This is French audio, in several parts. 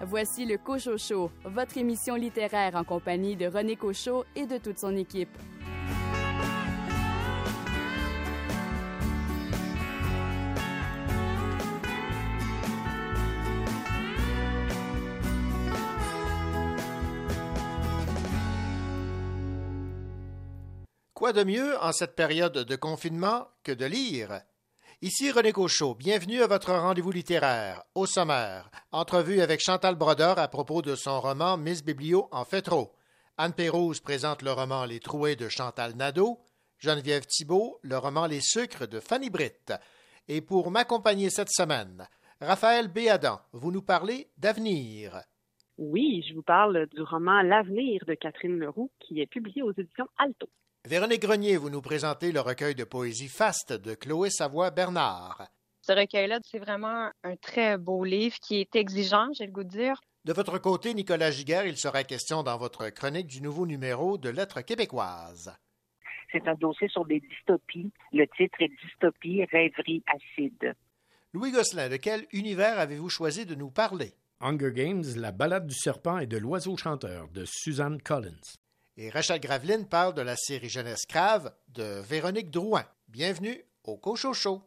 Voici le Cochot Show, votre émission littéraire en compagnie de René Cochot et de toute son équipe. Quoi de mieux en cette période de confinement que de lire? Ici René Cochot, bienvenue à votre rendez-vous littéraire. Au sommaire, entrevue avec Chantal Brodeur à propos de son roman Miss Biblio en fait trop. Anne Pérouse présente le roman Les Trouées de Chantal Nadeau. Geneviève Thibault, le roman Les Sucres de Fanny Britt. Et pour m'accompagner cette semaine, Raphaël Béadan, vous nous parlez d'avenir. Oui, je vous parle du roman L'Avenir de Catherine Leroux qui est publié aux éditions Alto. Véronique Grenier, vous nous présentez le recueil de poésie Faste de Chloé Savoie-Bernard. Ce recueil-là, c'est vraiment un très beau livre qui est exigeant, j'ai le goût de dire. De votre côté, Nicolas Giguère, il sera question dans votre chronique du nouveau numéro de Lettres québécoises. C'est un dossier sur des dystopies. Le titre est Dystopie, rêverie acide. Louis Gosselin, de quel univers avez-vous choisi de nous parler? Hunger Games, la balade du serpent et de l'oiseau chanteur de Suzanne Collins. Et Rachel Graveline parle de la série Jeunesse Crave de Véronique Drouin. Bienvenue au Cochot Show.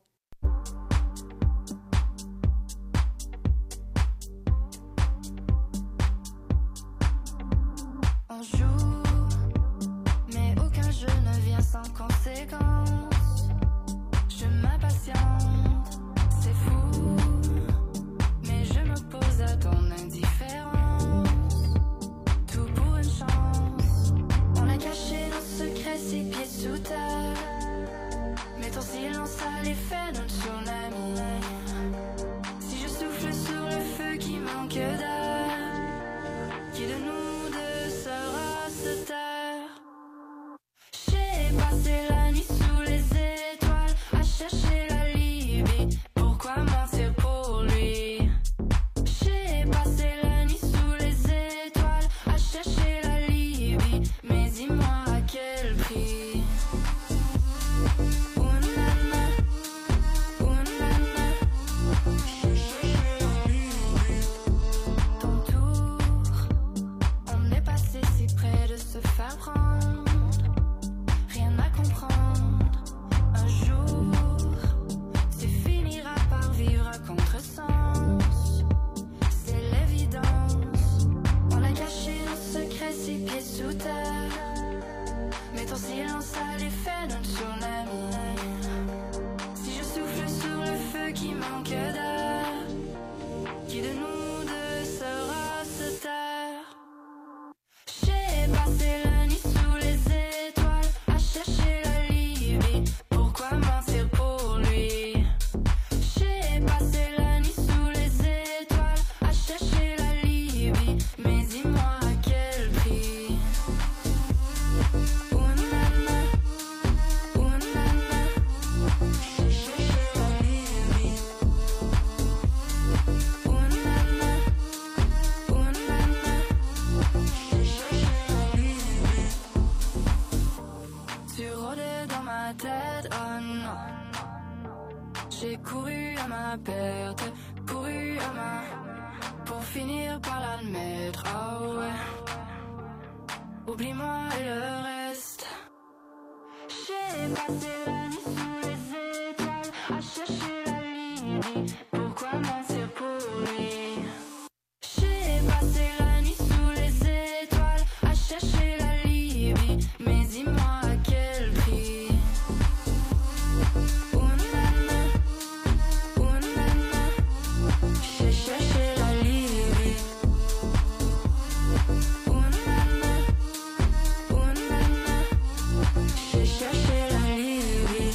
On joue, mais aucun jeu ne vient sans conséquence. Je m'impatiente, c'est fou, mais je m'oppose à ton indifférence. Tout pour une chance. On a caché nos secrets, ses pieds sous terre. Mais ton silence a l'effet d'un tsunami. Si je souffle sur le feu qui manque d'air, qui de nous deux sera se taire? J'ai passé la nuit sous les étoiles à chercher la Libye. Pourquoi mentir pour lui? J'ai passé la nuit sous les étoiles à chercher la Libye. Mais dis-moi à quel prix? Ounana, ounana. Ton tour, on est passé si près de se faire prendre. Rien à comprendre. Un jour, tu finiras par vivre à contresens. C'est l'évidence. On a caché nos secrets, ses pieds sous terre. Mais ton silence a l'effet d'un tsunami. Si je souffle sur le feu qui manque d'air, qui de nous deux sera se taire? J'ai passé la nuit sous les étoiles à chercher la Libye. Pourquoi mentir pour lui? J'ai passé la nuit sous les étoiles à chercher la Libye. Mais dis-moi à quel prix? Ounana, ounana. Chercher la Libye. Ounana, ounana. Chercher la Libye. Tu rôdais dans ma tête, oh non. J'ai couru à ma perte, couru à ma... pour finir par l'admettre, oh ouais. Oublie-moi et le reste. J'ai passé la nuit sous les étoiles à chercher la Libye. Pourquoi mentir pour lui? J'ai passé la nuit sous les étoiles à chercher la Libye. Mais dis-moi à quel prix? Ounana, ounana. J'ai cherché la Libye. Ounana, ounana. J'ai cherché la Libye.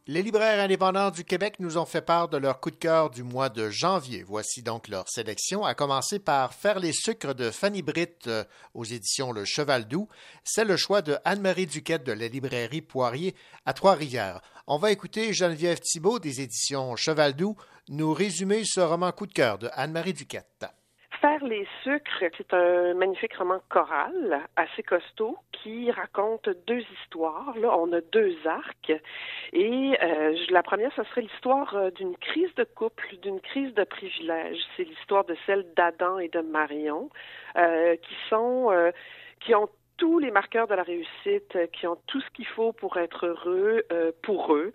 Les libraires indépendants du Québec nous ont fait part de leur coup de cœur du mois de janvier. Voici donc leur sélection, à commencer par Faire les sucres de Fanny Britt aux éditions Le Cheval Doux. C'est le choix de Anne-Marie Duquette de la librairie Poirier à Trois-Rivières. On va écouter Geneviève Thibault des éditions Cheval Doux nous résumer ce roman coup de cœur de Anne-Marie Duquette. Faire les sucres, c'est un magnifique roman choral, assez costaud, qui raconte deux histoires. Là, on a deux arcs. Et la première, ce serait l'histoire d'une crise de couple, d'une crise de privilège. C'est l'histoire de celle d'Adam et de Marion, qui ont tous les marqueurs de la réussite, qui ont tout ce qu'il faut pour être heureux pour eux.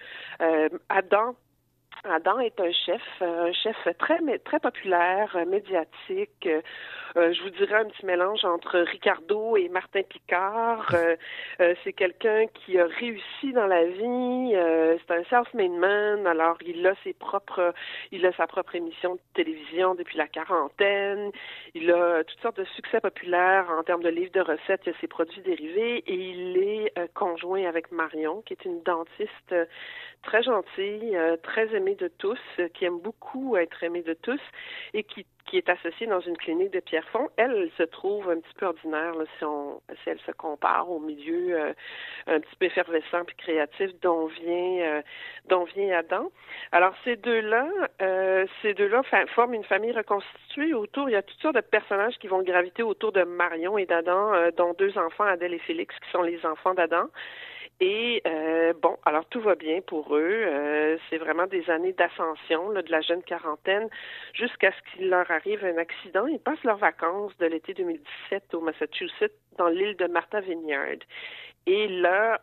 Adam est un chef très populaire, médiatique. Je vous dirais un petit mélange entre Ricardo et Martin Picard. C'est quelqu'un qui a réussi dans la vie. C'est un self-made man. Alors il a sa propre émission de télévision depuis la quarantaine. Il a toutes sortes de succès populaires en termes de livres de recettes. Il a ses produits dérivés et il est conjoint avec Marion, qui est une dentiste très gentille, très aimée de tous, qui aime beaucoup être aimée de tous et qui est associée dans une clinique de Pierrefonds. Elle se trouve un petit peu ordinaire là, si elle se compare au milieu un petit peu effervescent puis créatif dont vient Adam. Alors ces deux-là forment une famille reconstituée autour. Il y a toutes sortes de personnages qui vont graviter autour de Marion et d'Adam, dont deux enfants, Adèle et Félix, qui sont les enfants d'Adam. Et alors tout va bien pour eux. C'est vraiment des années d'ascension là, de la jeune quarantaine jusqu'à ce qu'il leur arrive un accident. Ils passent leurs vacances de l'été 2017 au Massachusetts dans l'île de Martha Vineyard. Et là,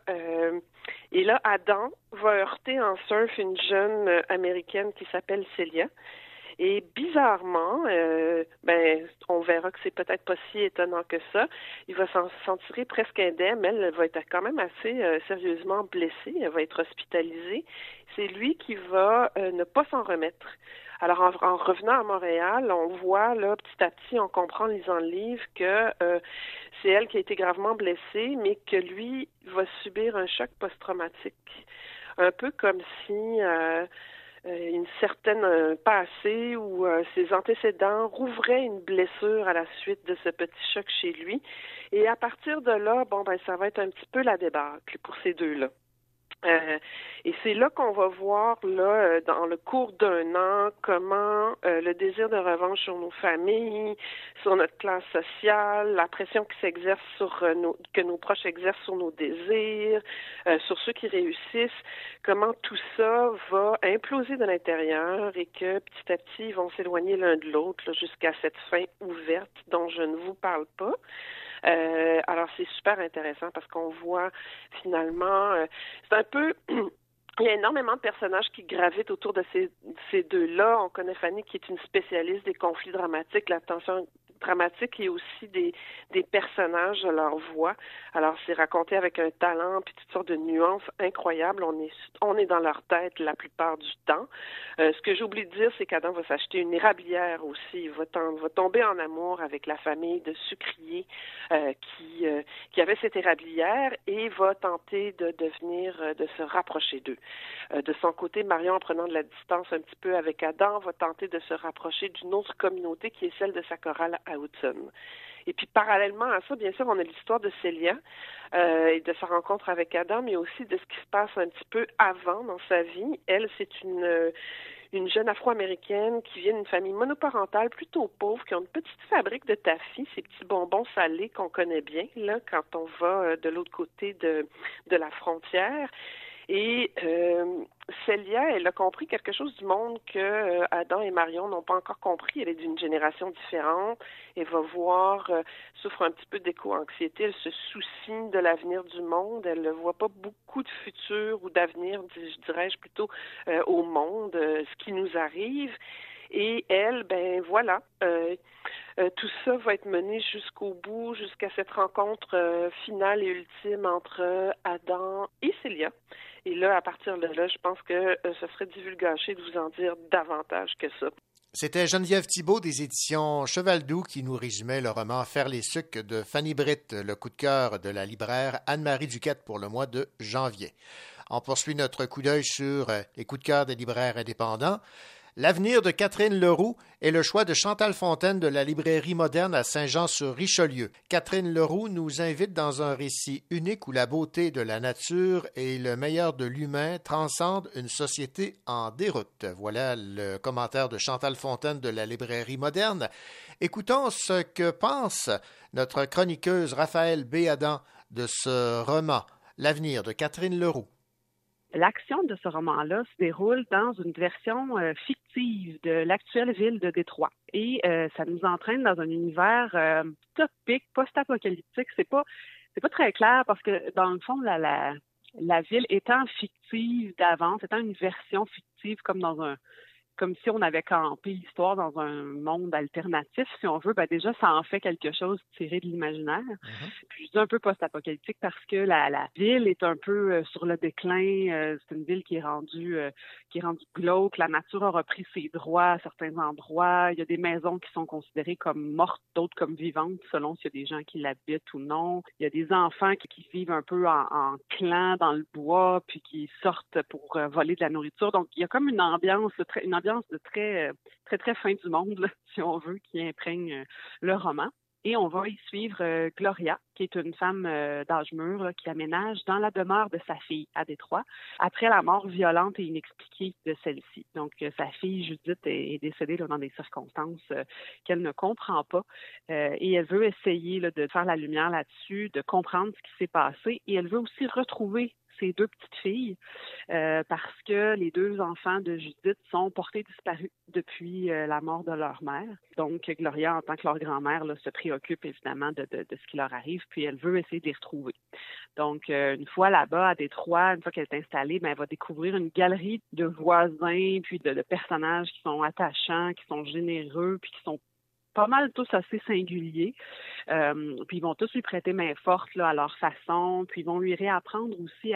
Adam va heurter en surf une jeune américaine qui s'appelle Celia. Et bizarrement, on verra que c'est peut-être pas si étonnant que ça. Il va s'en tirer presque indemne. Elle va être quand même assez sérieusement blessée. Elle va être hospitalisée. C'est lui qui va ne pas s'en remettre. Alors, en revenant à Montréal, on voit, là, petit à petit, on comprend en lisant le livre que c'est elle qui a été gravement blessée, mais que lui va subir un choc post-traumatique. Un peu comme si une certaine passé ou ses antécédents rouvraient une blessure à la suite de ce petit choc chez lui. Et à partir de là, ça va être un petit peu la débâcle pour ces deux-là. Et c'est là qu'on va voir, là, dans le cours d'un an, comment le désir de revanche sur nos familles, sur notre classe sociale, la pression qui s'exerce que nos proches exercent sur nos désirs, sur ceux qui réussissent, comment tout ça va imploser de l'intérieur et que petit à petit, ils vont s'éloigner l'un de l'autre là, jusqu'à cette fin ouverte dont je ne vous parle pas. Alors c'est super intéressant parce qu'on voit finalement, c'est un peu, il y a énormément de personnages qui gravitent autour de ces deux-là. On connaît Fanny qui est une spécialiste des conflits dramatiques, la tension dramatique et aussi des personnages de leur voix. Alors c'est raconté avec un talent puis toutes sortes de nuances incroyables. On est dans leur tête la plupart du temps. Ce que j'oublie de dire, c'est qu'Adam va s'acheter une érablière aussi. Il va tomber en amour avec la famille de sucriers qui avait cette érablière et va tenter de se rapprocher d'eux. De son côté, Marion, en prenant de la distance un petit peu avec Adam, va tenter de se rapprocher d'une autre communauté qui est celle de sa chorale à Hudson. Et puis, parallèlement à ça, bien sûr, on a l'histoire de Celia et de sa rencontre avec Adam, mais aussi de ce qui se passe un petit peu avant dans sa vie. Elle, c'est une jeune Afro-américaine qui vient d'une famille monoparentale plutôt pauvre, qui a une petite fabrique de taffy, ces petits bonbons salés qu'on connaît bien là quand on va de l'autre côté de la frontière. Et Celia, elle a compris quelque chose du monde que Adam et Marion n'ont pas encore compris. Elle est d'une génération différente. Elle va voir, souffre un petit peu d'éco-anxiété. Elle se soucie de l'avenir du monde. Elle ne voit pas beaucoup de futur ou d'avenir, dirais-je plutôt, au monde, ce qui nous arrive. Et elle, tout ça va être mené jusqu'au bout, jusqu'à cette rencontre finale et ultime entre Adam et Celia. Et là, à partir de là, je pense que ce serait divulgaché de vous en dire davantage que ça. C'était Geneviève Thibault des éditions Cheval Doux qui nous résumait le roman Faire les sucres de Fanny Britt, le coup de cœur de la libraire Anne-Marie Duquette pour le mois de janvier. On poursuit notre coup d'œil sur les coups de cœur des libraires indépendants. L'avenir de Catherine Leroux est le choix de Chantal Fontaine de la librairie moderne à Saint-Jean-sur-Richelieu. Catherine Leroux nous invite dans un récit unique où la beauté de la nature et le meilleur de l'humain transcendent une société en déroute. Voilà le commentaire de Chantal Fontaine de la librairie moderne. Écoutons ce que pense notre chroniqueuse Raphaël Béadan de ce roman, L'avenir de Catherine Leroux. L'action de ce roman-là se déroule dans une version fictive de l'actuelle ville de Détroit. Et ça nous entraîne dans un univers utopique, post-apocalyptique. C'est pas très clair parce que, dans le fond, la ville étant fictive d'avance, étant une version fictive comme si on avait campé l'histoire dans un monde alternatif, si on veut, déjà, ça en fait quelque chose tiré de l'imaginaire. Puis je dis un peu post-apocalyptique parce que la ville est un peu sur le déclin. C'est une ville qui est rendue glauque. La nature a repris ses droits à certains endroits. Il y a des maisons qui sont considérées comme mortes, d'autres comme vivantes, selon s'il y a des gens qui l'habitent ou non. Il y a des enfants qui vivent un peu en clan dans le bois, puis qui sortent pour voler de la nourriture. Donc, il y a comme une ambiance de très, très, très fin du monde, là, si on veut, qui imprègne le roman. Et on va y suivre Gloria, qui est une femme d'âge mûr là, qui aménage dans la demeure de sa fille à Détroit, après la mort violente et inexpliquée de celle-ci. Donc, sa fille Judith est décédée là, dans des circonstances qu'elle ne comprend pas. Et elle veut essayer là, de faire la lumière là-dessus, de comprendre ce qui s'est passé. Et elle veut aussi retrouver ses deux petites filles parce que les deux enfants de Judith sont portés disparus depuis la mort de leur mère. Donc, Gloria, en tant que leur grand-mère, là, se préoccupe évidemment de ce qui leur arrive, puis elle veut essayer de les retrouver. Donc, une fois là-bas, à Détroit, une fois qu'elle est installée, elle va découvrir une galerie de voisins, puis de personnages qui sont attachants, qui sont généreux, puis qui sont pas mal tous assez singuliers. Puis ils vont tous lui prêter main forte là, à leur façon, puis ils vont lui réapprendre aussi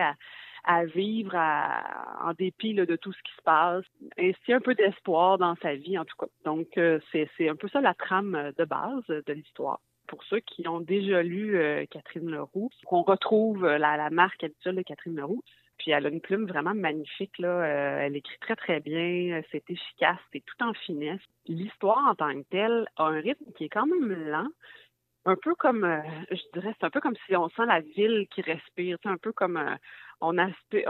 à vivre en dépit là, de tout ce qui se passe. Ainsi un peu d'espoir dans sa vie, en tout cas. Donc, c'est un peu ça la trame de base de l'histoire. Pour ceux qui ont déjà lu Catherine Leroux, on retrouve la marque habituelle de Catherine Leroux. Puis elle a une plume vraiment magnifique, là. Elle écrit très, très bien. C'est efficace, c'est tout en finesse. L'histoire en tant que telle a un rythme qui est quand même lent. Un peu comme, je dirais, c'est un peu comme si on sent la ville qui respire. C'est un peu comme on inspire,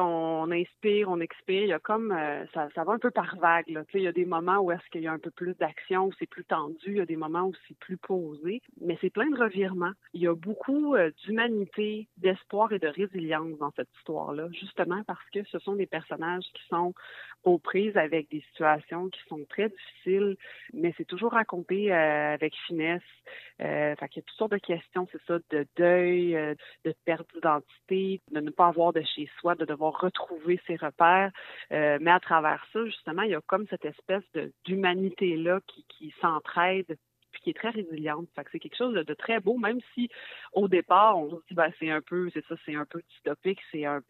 on expire. Il y a comme, ça va un peu par vague, là. Tu sais, il y a des moments où est-ce qu'il y a un peu plus d'action, où c'est plus tendu. Il y a des moments où c'est plus posé. Mais c'est plein de revirements. Il y a beaucoup d'humanité, d'espoir et de résilience dans cette histoire-là, justement parce que ce sont des personnages qui sont aux prises avec des situations qui sont très difficiles, mais c'est toujours raconté avec finesse. Fait qu'il y a toutes sortes de questions, c'est ça, de deuil, de perte d'identité, de ne pas avoir de chez soi, de devoir retrouver ses repères. Mais à travers ça, justement, il y a comme cette espèce d'humanité-là qui s'entraide puis qui est très résiliente. Fait que c'est quelque chose de très beau, même si au départ, on se dit c'est un peu dystopique, c'est un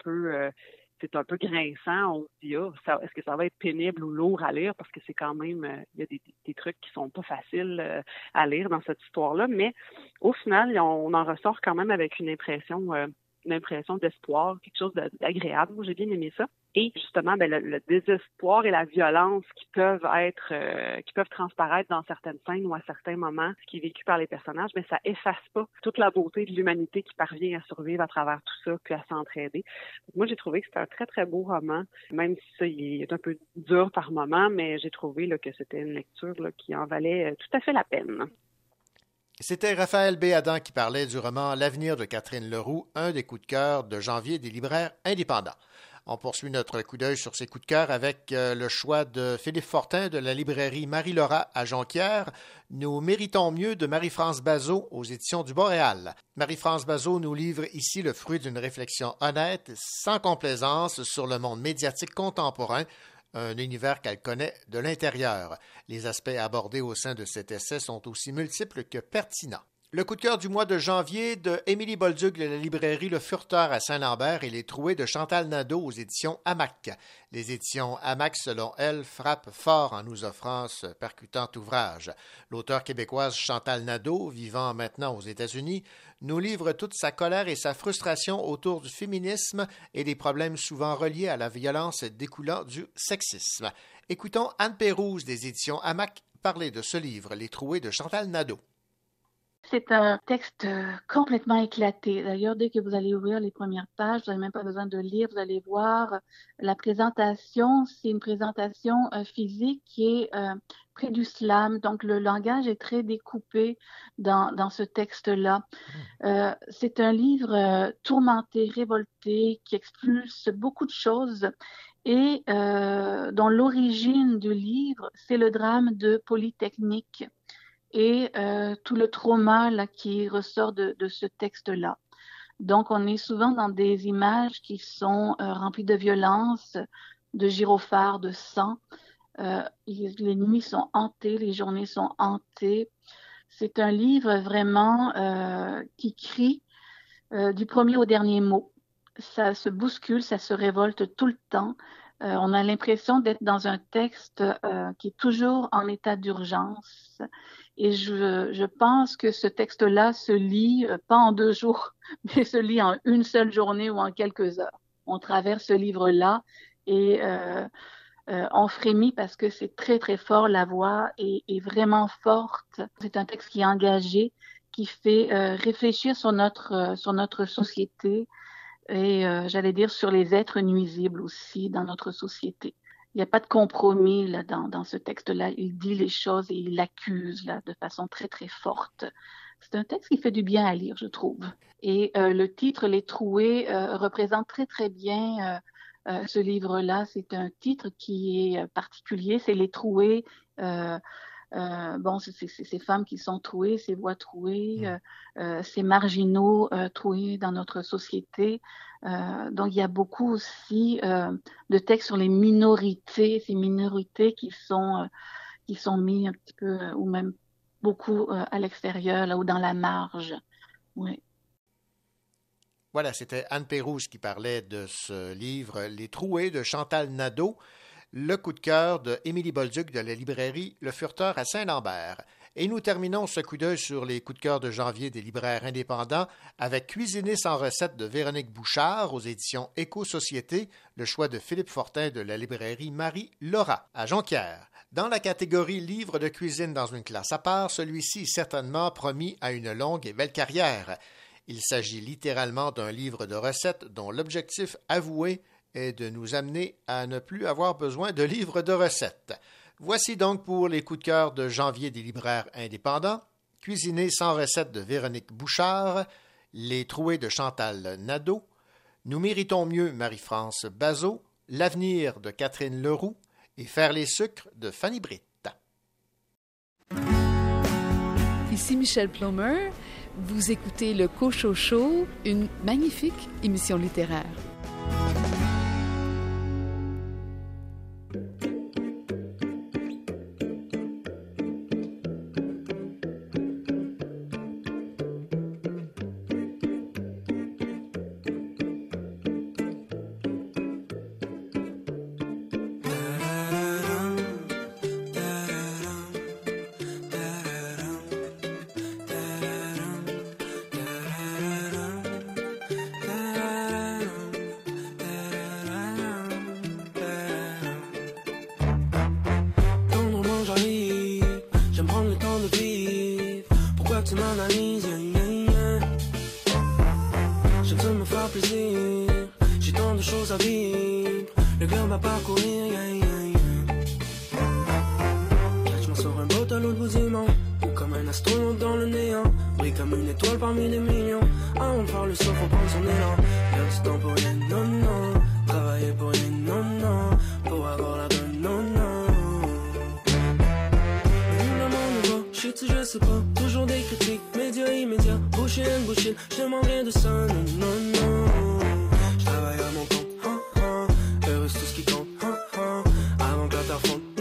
peu grinçant. On se dit, est-ce que ça va être pénible ou lourd à lire? Parce que c'est quand même, il y a des trucs qui sont pas faciles à lire dans cette histoire-là. Mais au final, on en ressort quand même avec une impression d'espoir, quelque chose d'agréable. Moi, j'ai bien aimé ça. Et justement, le désespoir et la violence qui peuvent transparaître dans certaines scènes ou à certains moments, ce qui est vécu par les personnages, mais ça efface pas toute la beauté de l'humanité qui parvient à survivre à travers tout ça, puis à s'entraider. Moi, j'ai trouvé que c'était un très, très beau roman, même si ça, il est un peu dur par moments, mais j'ai trouvé là, que c'était une lecture là, qui en valait tout à fait la peine. C'était Raphaël Béadan qui parlait du roman L'avenir de Catherine Leroux, un des coups de cœur de janvier des libraires indépendants. On poursuit notre coup d'œil sur ces coups de cœur avec le choix de Philippe Fortin de la librairie Marie-Laura à Jonquière. Nous méritons mieux de Marie-France Bazot aux éditions du Boréal. Marie-France Bazot nous livre ici le fruit d'une réflexion honnête, sans complaisance, sur le monde médiatique contemporain, un univers qu'elle connaît de l'intérieur. Les aspects abordés au sein de cet essai sont aussi multiples que pertinents. Le coup de cœur du mois de janvier de Émilie Bolduc de la librairie Le Furteur à Saint-Lambert et Les Trouées de Chantal Nadeau aux éditions Hamac. Les éditions Hamac, selon elle, frappent fort en nous offrant ce percutant ouvrage. L'auteure québécoise Chantal Nadeau, vivant maintenant aux États-Unis, nous livre toute sa colère et sa frustration autour du féminisme et des problèmes souvent reliés à la violence découlant du sexisme. Écoutons Anne Pérouse des éditions Hamac parler de ce livre, Les Trouées de Chantal Nadeau. C'est un texte complètement éclaté. D'ailleurs, dès que vous allez ouvrir les premières pages, vous n'avez même pas besoin de lire, vous allez voir la présentation. C'est une présentation physique qui est près du slam. Donc, le langage est très découpé dans ce texte-là. C'est un livre tourmenté, révolté, qui expulse beaucoup de choses et dont l'origine du livre, c'est le drame de Polytechnique et tout le trauma là, qui ressort de ce texte-là. Donc, on est souvent dans des images qui sont remplies de violence, de gyrophares, de sang. Les nuits sont hantées, les journées sont hantées. C'est un livre vraiment qui crie du premier au dernier mot. Ça se bouscule, ça se révolte tout le temps. On a l'impression d'être dans un texte qui est toujours en état d'urgence. Et je pense que ce texte-là se lit pas en 2 jours, mais se lit en une seule journée ou en quelques heures. On traverse ce livre-là et on frémit parce que c'est très, très fort. La voix est vraiment forte. C'est un texte qui est engagé, qui fait réfléchir sur notre société et, j'allais dire, sur les êtres nuisibles aussi dans notre société. Il n'y a pas de compromis là, dans ce texte-là. Il dit les choses et il l'accuse là, de façon très, très forte. C'est un texte qui fait du bien à lire, je trouve. Et le titre, Les Trouées, représente très, très bien ce livre-là. C'est un titre qui est particulier. C'est Les Trouées. Bon, c'est ces femmes qui sont trouées, ces voix trouées, ces marginaux troués dans notre société. Donc, il y a beaucoup aussi de textes sur les minorités, ces minorités qui sont mis un petit peu, ou même beaucoup à l'extérieur, là, ou dans la marge. Oui. Voilà, c'était Anne Pérouse qui parlait de ce livre, Les Trouées de Chantal Nadeau. Le coup de cœur de Émilie Bolduc de la librairie Le Furteur à Saint-Lambert. Et nous terminons ce coup d'œil sur les coups de cœur de janvier des libraires indépendants avec Cuisiner sans recette de Véronique Bouchard aux éditions Éco-Société, le choix de Philippe Fortin de la librairie Marie-Laura à Jonquière. Dans la catégorie livres de cuisine dans une classe à part, celui-ci est certainement promis à une longue et belle carrière. Il s'agit littéralement d'un livre de recettes dont l'objectif avoué est de nous amener à ne plus avoir besoin de livres de recettes. Voici donc pour les coups de cœur de janvier des libraires indépendants, Cuisiner sans recette de Véronique Bouchard, Les Trouées de Chantal Nadeau, Nous méritons mieux Marie-France Bazot, L'avenir de Catherine Leroux et Faire les sucres de Fanny Britt. Ici Michel Plomer, vous écoutez le Cochocho, une magnifique émission littéraire.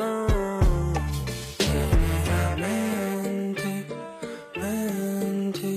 Mente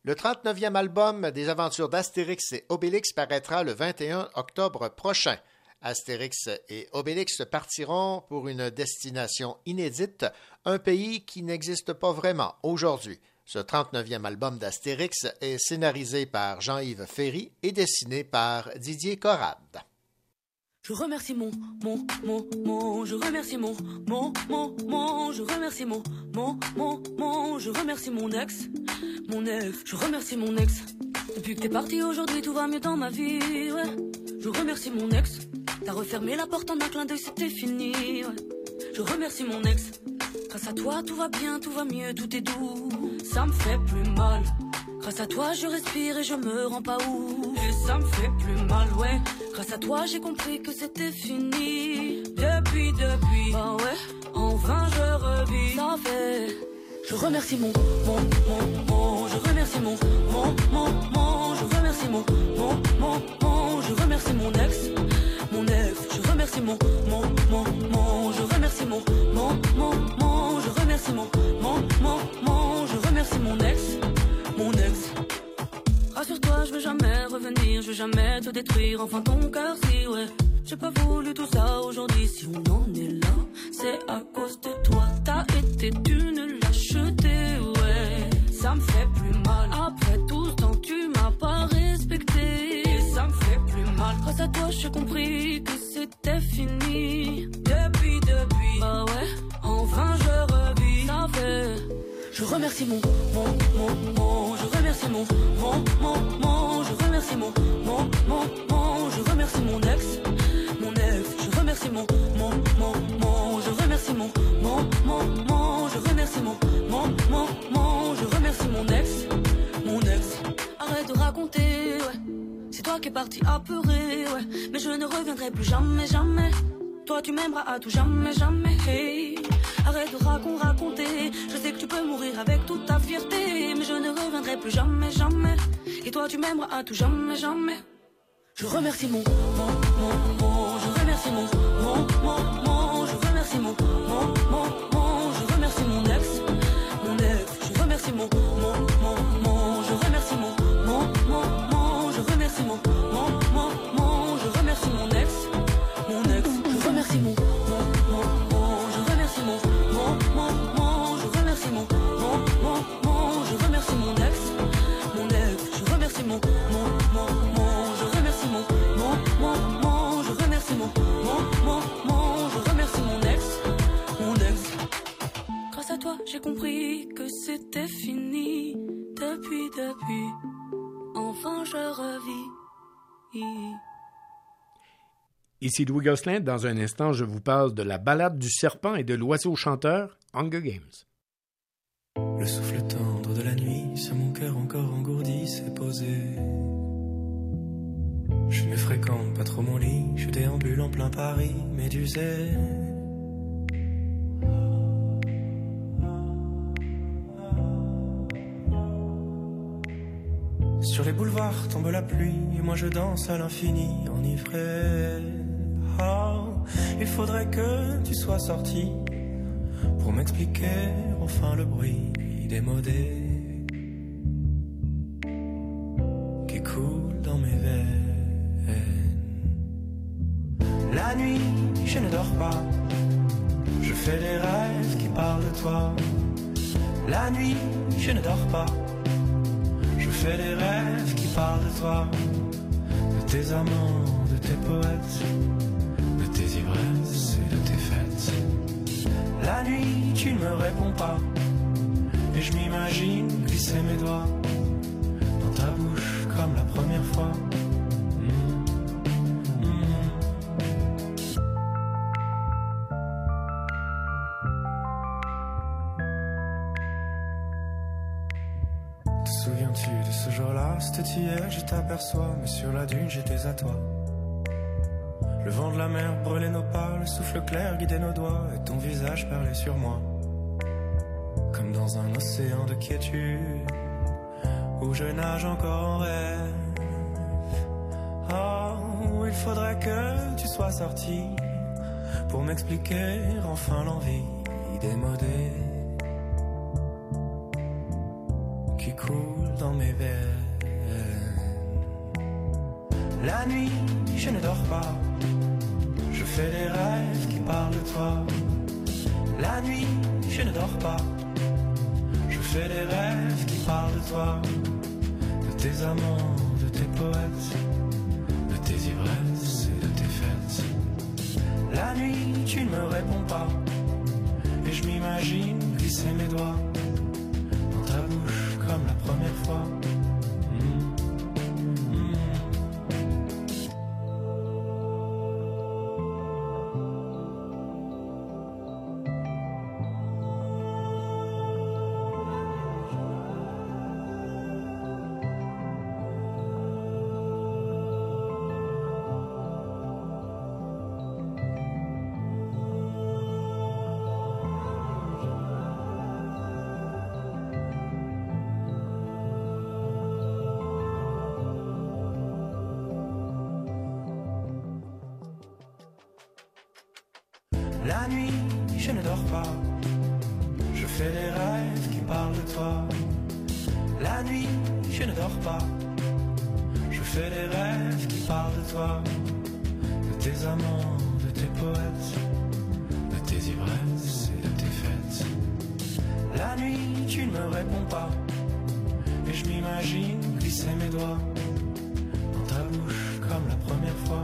Le 39e album des aventures d'Astérix et Obélix paraîtra le 21 octobre prochain. Astérix et Obélix partiront pour une destination inédite, un pays qui n'existe pas vraiment aujourd'hui. Ce 39e album d'Astérix est scénarisé par Jean-Yves Ferry et dessiné par Didier Corrade. Je remercie je remercie je remercie je remercie mon ex, je remercie mon ex. Depuis que t'es parti aujourd'hui, tout va mieux dans ma vie, ouais. Je remercie mon ex, t'as refermé la porte en un clin d'œil, c'était fini, ouais. Je remercie mon ex, grâce à toi tout va bien, tout va mieux, tout est doux, ça me fait plus mal. Grâce à toi je respire et je me rends pas ouf. Et ça me fait plus mal, ouais. Grâce à toi j'ai compris que c'était fini. Depuis, bah ouais, en vain je revis. Ça fait. Je remercie je remercie je remercie je remercie mon ex, je remercie je remercie je remercie je remercie mon ex. Rassure-toi, je veux jamais revenir, je veux jamais te détruire, enfin ton cœur si ouais. J'ai pas voulu tout ça aujourd'hui, si on en est là, c'est à cause de toi. T'as été d'une lâcheté, ouais. Ça me fait plus mal, après tout ce temps tu m'as pas respecté. Et ça me fait plus mal, grâce à toi j'ai compris que c'était fini. Depuis, bah ouais, enfin je revis, ça fait. Je remercie je remercie je remercie je remercie mon ex, je remercie je remercie je remercie je remercie mon ex. Arrête de raconter, ouais. C'est toi qui es parti apeuré, ouais. Mais je ne reviendrai plus jamais. Toi tu m'aimeras à tout jamais, hey. Arrête de raconter. Je sais que tu peux mourir avec toute ta fierté, mais je ne reviendrai plus jamais. Et toi tu m'aimeras à tout jamais. Je remercie je remercie je remercie je remercie mon ex, je remercie je remercie je remercie je remercie mon ex, je remercie je remercie je remercie je remercie mon ex, je remercie je remercie mon ex. Grâce à toi, j'ai compris que c'était fini. Depuis, enfin je revis. Ici Louis Gosselin. Dans un instant, je vous parle de la balade du serpent et de l'oiseau chanteur, Hunger Games. Le souffle tendre de la nuit sur mon cœur encore engourdi s'est posé. Je ne fréquente pas trop mon lit, je déambule en plein Paris, médusé. Sur les boulevards tombe la pluie et moi je danse à l'infini, enivré. Oh, il faudrait que tu sois sorti pour m'expliquer enfin le bruit démodé qui coule dans mes veines. La nuit, je ne dors pas, je fais des rêves qui parlent de toi. La nuit, je ne dors pas, je fais des rêves qui parlent de toi, de tes amants, de tes poètes, de tes ivresses et de tes fêtes. La nuit, tu ne me réponds pas, et je m'imagine glisser mes doigts dans ta bouche comme la première fois. Te souviens-tu de ce jour-là? C'était hier, je t'aperçois, mais sur la dune j'étais à toi. Le vent de la mer brûlait nos pas, le souffle clair guidait nos doigts, et ton visage parlait sur moi. Comme dans un océan de quiétude, où je nage encore en rêve. Oh, il faudrait que tu sois sorti pour m'expliquer enfin l'envie démodée qui coule dans dans mes veines. La nuit, je ne dors pas. Je fais des rêves qui parlent de toi. La nuit, je ne dors pas. Je fais des rêves qui parlent de toi. De tes amants, de tes poètes, de tes ivresses et de tes fêtes. La nuit, tu ne me réponds pas. Et je m'imagine glisser mes doigts dans ta bouche comme la première fois. La nuit, je ne dors pas. Je fais des rêves qui parlent de toi. La nuit, je ne dors pas. Je fais des rêves qui parlent de toi. De tes amants, de tes poètes, de tes ivresses et de tes fêtes. La nuit, tu ne me réponds pas. Et je m'imagine glisser mes doigts dans ta bouche comme la première fois.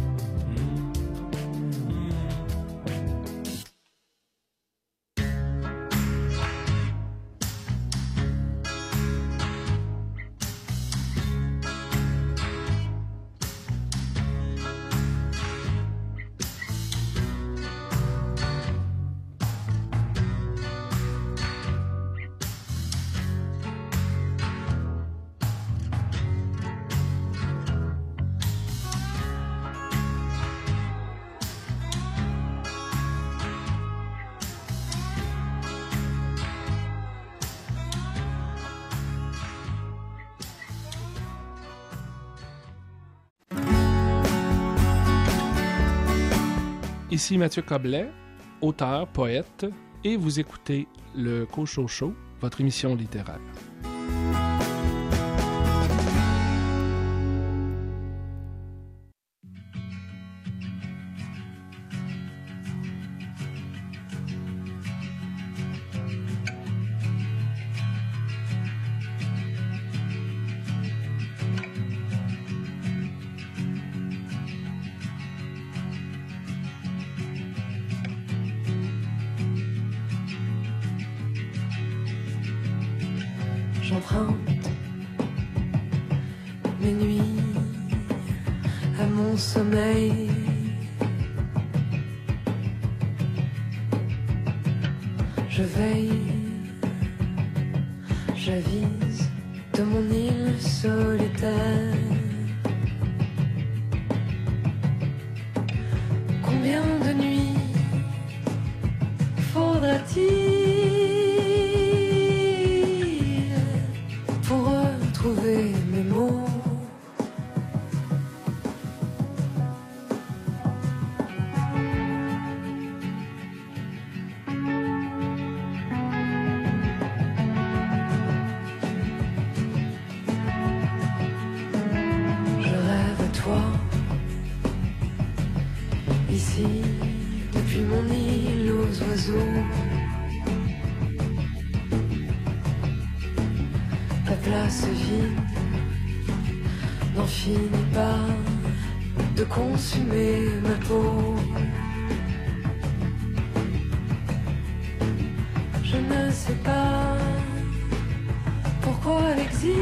Ici Mathieu Coblet, auteur, poète, et vous écoutez le Cochocho, votre émission littéraire. J'emprunte mes nuits à mon sommeil. Je veille, j'avise de mon île solitaire. Combien de nuits faudra-t-il pour retrouver mes mots? Je rêve à toi, ici, depuis mon île aux oiseaux. Ta place vide n'en finit pas de consumer ma peau. Je ne sais pas pourquoi l'exil,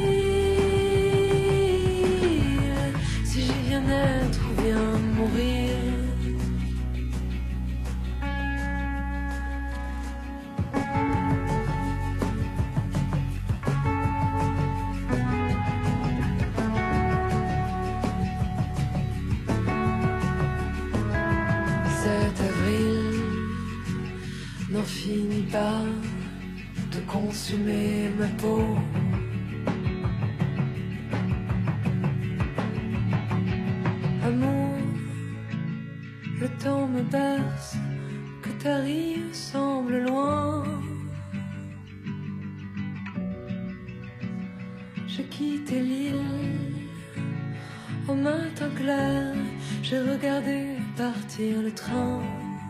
si j'y viens naître ou bien mourir. N'en finit pas de consumer ma peau. Amour, le temps me berce, que ta rive semble loin. matin clair, j'ai regardé partir le train.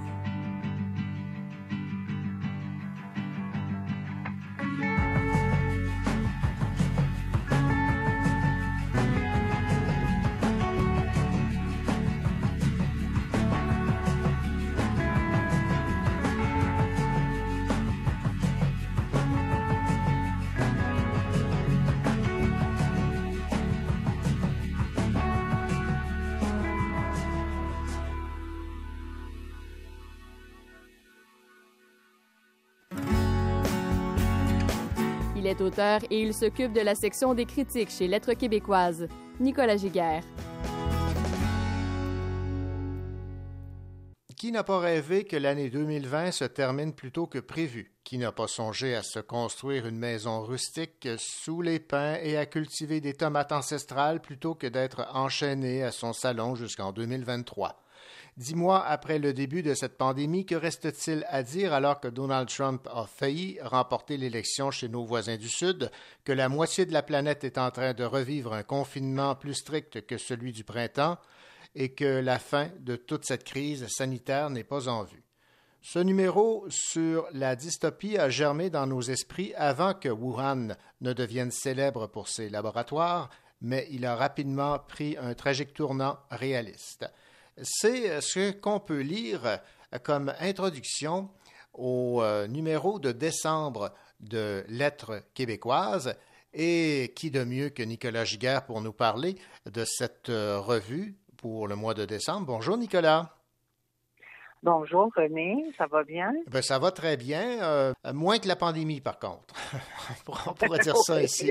Il est auteur et il s'occupe de la section des critiques chez Lettres québécoises. Nicolas Giguère. Qui n'a pas rêvé que l'année 2020 se termine plus tôt que prévu? Qui n'a pas songé à se construire une maison rustique sous les pins et à cultiver des tomates ancestrales plutôt que d'être enchaîné à son salon jusqu'en 2023? 10 mois après le début de cette pandémie, que reste-t-il à dire alors que Donald Trump a failli remporter l'élection chez nos voisins du Sud, que la moitié de la planète est en train de revivre un confinement plus strict que celui du printemps et que la fin de toute cette crise sanitaire n'est pas en vue? Ce numéro sur la dystopie a germé dans nos esprits avant que Wuhan ne devienne célèbre pour ses laboratoires, mais il a rapidement pris un tragique tournant réaliste. C'est ce qu'on peut lire comme introduction au numéro de décembre de Lettres québécoises. Et qui de mieux que Nicolas Giguère pour nous parler de cette revue pour le mois de décembre. Bonjour Nicolas. Bonjour René, ça va bien? Ben, ça va très bien, moins que la pandémie par contre. On pourrait dire ça ici.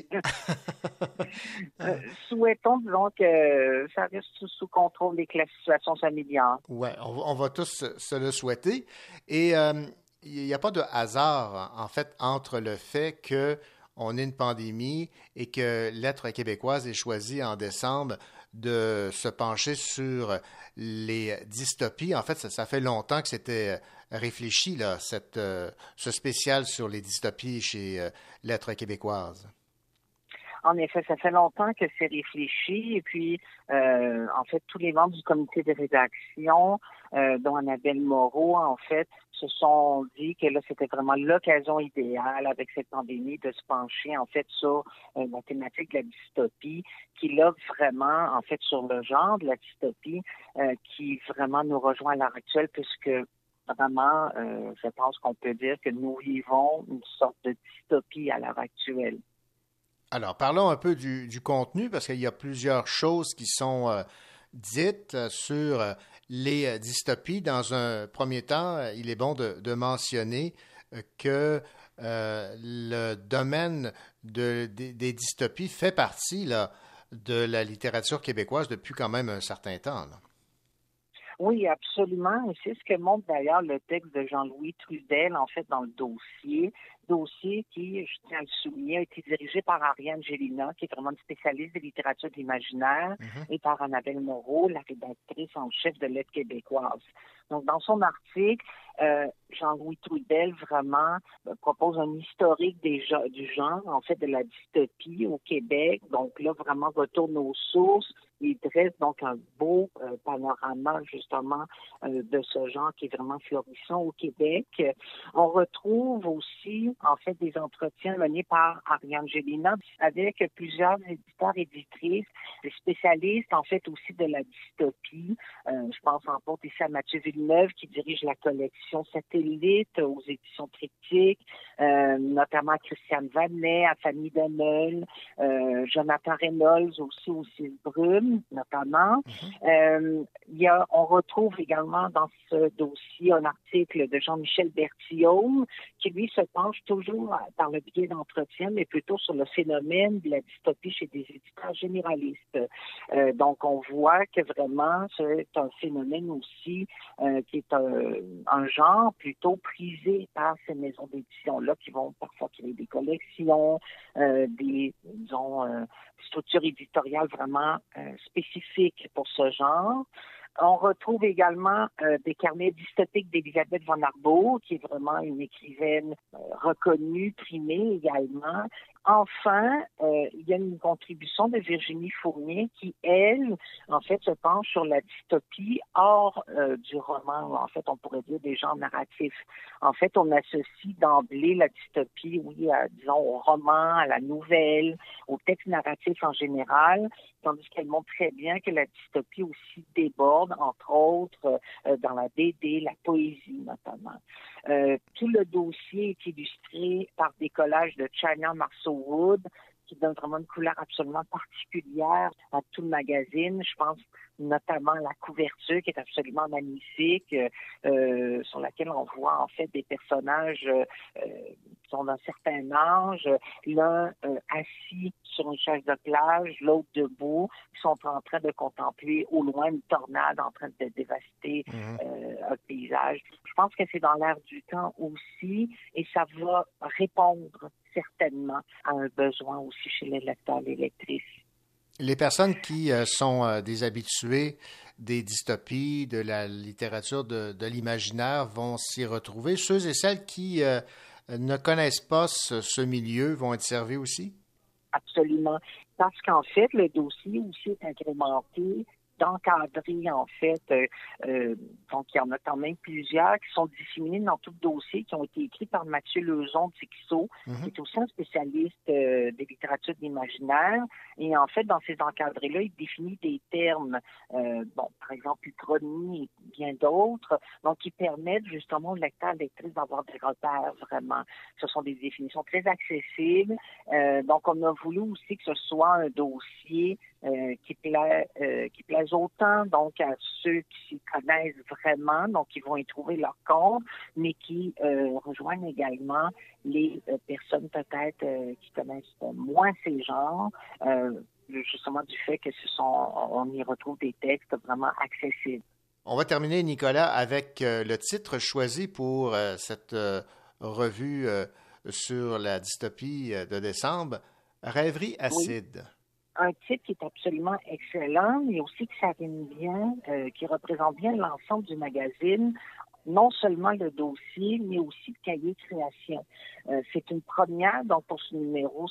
Souhaitons, disons, que ça reste sous contrôle et que la situation s'améliore. Oui, on va tous se le souhaiter. Et il n'y a pas de hasard, en fait, entre le fait qu'on ait une pandémie et que Lettres québécoises ait choisi en décembre de se pencher sur les dystopies. En fait, ça fait longtemps que c'était réfléchi, là, ce spécial sur les dystopies chez Lettres québécoises. En effet, ça fait longtemps que c'est réfléchi et puis, en fait, tous les membres du comité de rédaction, dont Annabelle Moreau, en fait, se sont dit que là, c'était vraiment l'occasion idéale avec cette pandémie de se pencher, en fait, sur la thématique de la dystopie, qui là, vraiment, en fait, sur le genre de la dystopie, qui vraiment nous rejoint à l'heure actuelle, puisque vraiment, je pense qu'on peut dire que nous vivons une sorte de dystopie à l'heure actuelle. Alors, parlons un peu du contenu, parce qu'il y a plusieurs choses qui sont dites sur les dystopies. Dans un premier temps, il est bon de mentionner que le domaine des dystopies fait partie là, de la littérature québécoise depuis quand même un certain temps. Là. Oui, absolument. Et c'est ce que montre d'ailleurs le texte de Jean-Louis Trudel, en fait, dans le dossier qui, je tiens à le souligner, a été dirigé par Ariane Gélina, qui est vraiment une spécialiste de littérature de l'imaginaire, et par Annabelle Moreau, la rédactrice en chef de Lettres québécoises. Donc, dans son article, Jean-Louis Trudel vraiment propose un historique du genre, en fait, de la dystopie au Québec. Donc là, vraiment retourne aux sources. Il dresse donc un beau panorama, justement, de ce genre qui est vraiment florissant au Québec. On retrouve aussi, en fait, des entretiens menés par Ariane Gélina avec plusieurs éditeurs et éditrices, des spécialistes, en fait, aussi de la dystopie. Je pense, entre autres, ici à Mathieu Villeneuve, qui dirige la collection Satellite aux éditions Triptyque, notamment à Christiane Vanet, à Fanny Deneul, Jonathan Reynolds aussi aux Six Brumes, notamment. On retrouve également dans ce dossier un article de Jean-Michel Bertillaume qui, lui, se penche toujours par le biais d'entretien, mais plutôt sur le phénomène de la dystopie chez des éditeurs généralistes. Donc, on voit que vraiment, c'est un phénomène aussi qui est un genre plutôt prisé par ces maisons d'édition-là qui vont parfois créer des collections, des structures éditoriales vraiment spécifiques pour ce genre. On retrouve également des carnets dystopiques d'Elisabeth von Arbour, qui est vraiment une écrivaine reconnue, primée également, Enfin, il y a une contribution de Virginie Fournier qui, elle, en fait, se penche sur la dystopie hors du roman, en fait, on pourrait dire des genres narratifs. En fait, on associe d'emblée la dystopie, oui, disons, au roman, à la nouvelle, au texte narratif en général, tandis qu'elle montre très bien que la dystopie aussi déborde, entre autres, dans la BD, la poésie notamment. Tout le dossier est illustré par des collages de China Marceau-Wood qui donne vraiment une couleur absolument particulière à tout le magazine. Je pense notamment à la couverture qui est absolument magnifique, sur laquelle on voit en fait des personnages qui sont d'un certain âge, l'un assis sur une chaise de plage, l'autre debout, qui sont en train de contempler au loin une tornade en train de dévaster un paysage. Je pense que c'est dans l'air du temps aussi et ça va répondre certainement à un besoin aussi chez les lecteurs et les lectrices. Les personnes qui sont des habitués des dystopies, de la littérature de l'imaginaire vont s'y retrouver. Ceux et celles qui ne connaissent pas ce milieu vont être servis aussi? Absolument. Parce qu'en fait, le dossier aussi est agrémenté d'encadrer, en fait, donc il y en a quand même plusieurs qui sont disséminés dans tout le dossier, qui ont été écrits par Mathieu Lezon Tixot, qui est aussi un spécialiste des littératures de l'imaginaire. Et en fait, dans ces encadrés-là, il définit des termes, par exemple, uchronie et bien d'autres, donc qui permettent justement aux lecteurs et lectrices d'avoir des repères vraiment. Ce sont des définitions très accessibles. Donc, on a voulu aussi que ce soit un dossier qui plaise autant donc à ceux qui s'y connaissent vraiment, donc qui vont y trouver leur compte, mais qui rejoignent également les personnes peut-être qui connaissent moins ces genres, justement du fait que on y retrouve des textes vraiment accessibles. On va terminer, Nicolas, avec le titre choisi pour cette revue sur la dystopie de décembre, Rêverie acide. Oui. Un titre qui est absolument excellent, mais aussi que ça rime bien, qui représente bien l'ensemble du magazine, non seulement le dossier, mais aussi le cahier de création. C'est une première donc pour ce numéro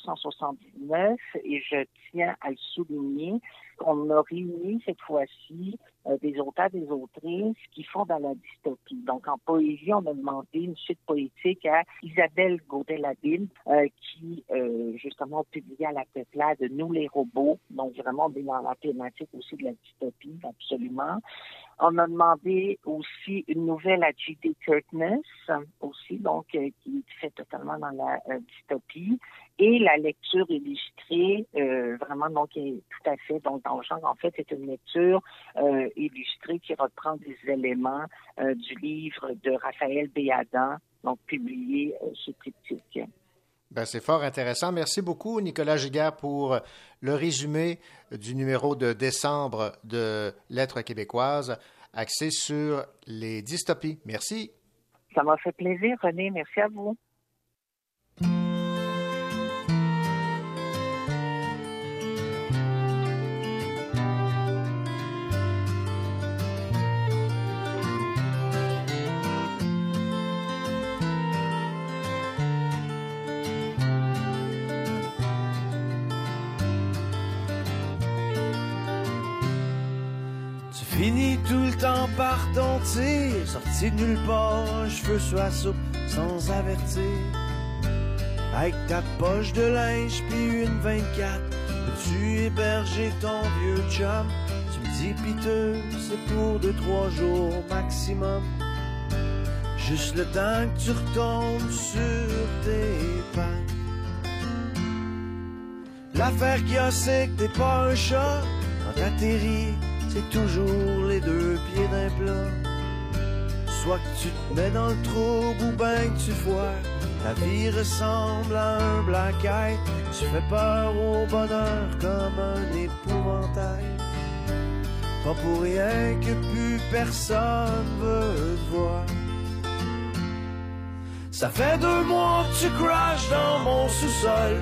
179, et je tiens à le souligner. On a réuni cette fois-ci des auteurs et des autrices qui font dans la dystopie. Donc, en poésie, on a demandé une suite poétique à Isabelle Gaudel-Labille, qui, justement, a publié à la Peuplade « Nous les robots ». Donc, vraiment, on est dans la thématique aussi de la dystopie, absolument. On a demandé aussi une nouvelle à J.D. Kirkness, aussi, donc, qui fait totalement dans la dystopie. Et la lecture illustrée, vraiment, donc, est tout à fait, donc, dans le genre, en fait, c'est une lecture illustrée qui reprend des éléments du livre de Raphaël Béadan, donc, publié chez Triptyque. Ben, c'est fort intéressant. Merci beaucoup, Nicolas Giguère, pour le résumé du numéro de décembre de Lettres québécoises, axé sur les dystopies. Merci. Ça m'a fait plaisir, René. Merci à vous. Finis tout le temps par ton tir, sorti de nulle part, un cheveu sur la soupe sans avertir. Avec ta poche de linge puis une 24, peux-tu héberger ton vieux chum? Tu me dis piteux, c'est pour 2-3 jours maximum. Juste le temps que tu retombes sur tes pas. L'affaire qu'il y a, c'est que t'es pas un chat quand t'atterris. C'est toujours les 2 pieds d'un plat. Soit que tu te mets dans le trouble ou ben que tu foires. Ta vie ressemble à un black eye. Tu fais peur au bonheur comme un épouvantail. Pas pour rien que plus personne veut te voir. Ça fait 2 mois que tu crashes dans mon sous-sol.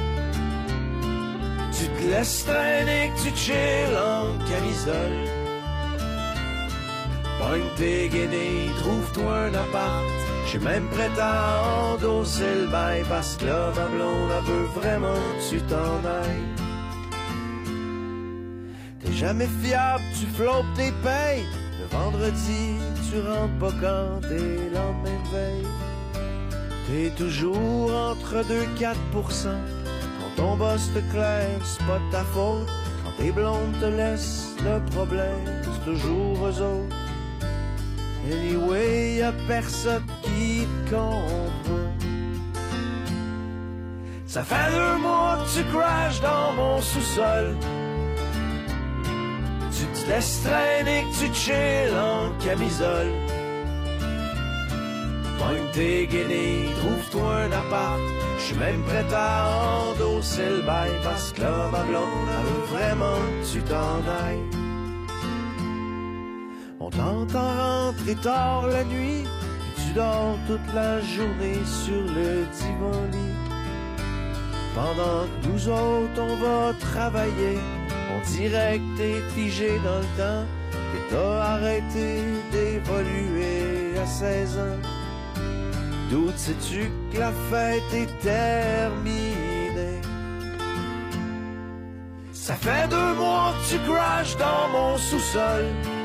Tu te laisses traîner, que tu chilles en camisole. Pogne tes guédés, trouve-toi un appart, J'suis même prêt à endosser le bail parce que là, ma blonde, elle veut vraiment que tu t'en ailles. T'es jamais fiable, tu flottes tes payes. Le vendredi, tu rentres pas quand t'es lendemain de veille. T'es toujours entre 2-4%. Quand ton boss te claire, c'est pas de ta faute. Quand tes blondes te laissent, le problème, c'est toujours eux autres. Anyway, y'a personne qui te comprend. Ça fait 2 mois que tu crashes dans mon sous-sol. Tu te laisses traîner, que tu chill en camisole. Pogne tes guenilles, trouve-toi un appart. J'suis même prêt à endosser le bail parce que là, ma blonde, elle veut vraiment que tu t'en ailles. On t'entend rentrer tard la nuit, et tu dors toute la journée sur le divan-lit. Pendant que nous autres, on va travailler, on dirait que t'es figé dans le temps, que t'as arrêté d'évoluer à 16 ans. D'où sais-tu que la fête est terminée? Ça fait 2 mois que tu crashes dans mon sous-sol.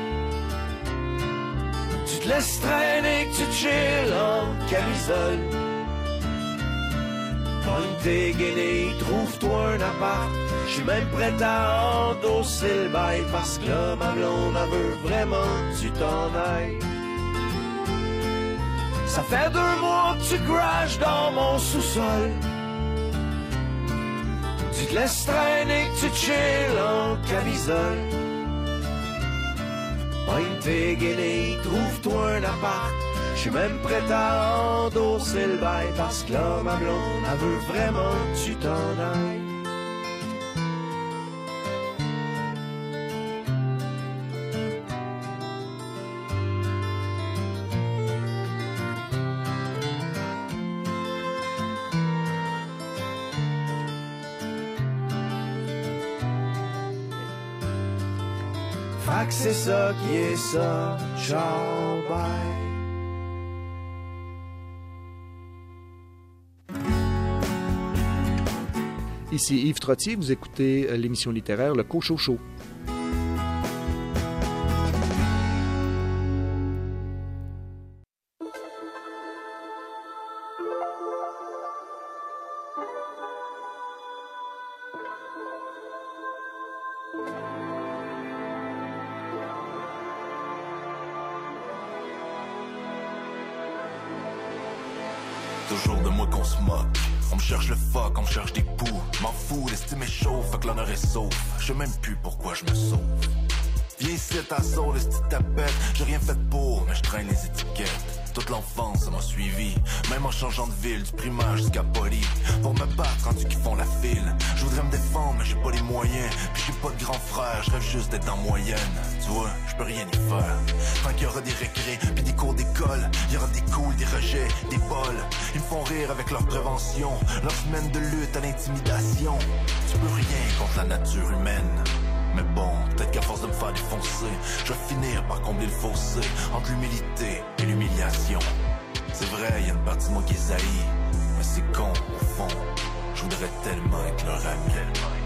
Tu te laisses traîner, que tu chill en camisole. Pogne tes guenilles, trouve-toi un appart. J'suis même prêt à endosser le bail parce que là, ma blonde, elle veut vraiment que tu t'en ailles. Ça fait 2 mois que tu crashes dans mon sous-sol. Tu te laisses traîner, que tu chill en camisole. Pogne tes guenilles, trouve-toi un appart. J'suis même prêt à endosser le bail parce que là, ma blonde, elle veut vraiment que tu t'en ailles. Fait que c'est ça qui est ça, ciao, bye. Ici Yves Trottier, vous écoutez l'émission littéraire Le Cochocho. Toujours de moi qu'on se moque. On me cherche le fuck, on me cherche des poux. M'en fous, l'estime est chaud, fait que l'honneur est sauf. Je sais même plus pourquoi je me sauve. Viens ici ta soul, esti tapette. J'ai rien fait pour, mais je traîne les étiquettes. Toute l'enfance, ça m'a suivi. Même en changeant de ville, du primaire jusqu'à Poly. Pour me battre, rendu qu'ils font la file. Je voudrais me défendre, mais j'ai pas les moyens. Puis j'ai pas de grand frère, je rêve juste d'être en moyenne. Tu vois, je peux rien y faire. Tant qu'il y aura des récrés, puis des cours d'école, il y aura des coups, des rejets, des bols. Ils me font rire avec leur prévention, leur semaine de lutte à l'intimidation. Tu peux rien contre la nature humaine. Mais bon, peut-être qu'à force de me faire défoncer, je vais finir par combler le fossé entre l'humilité et l'humiliation. C'est vrai, y a une partie de moi qui est haïe, mais c'est con, au fond. Je voudrais tellement être leur ami.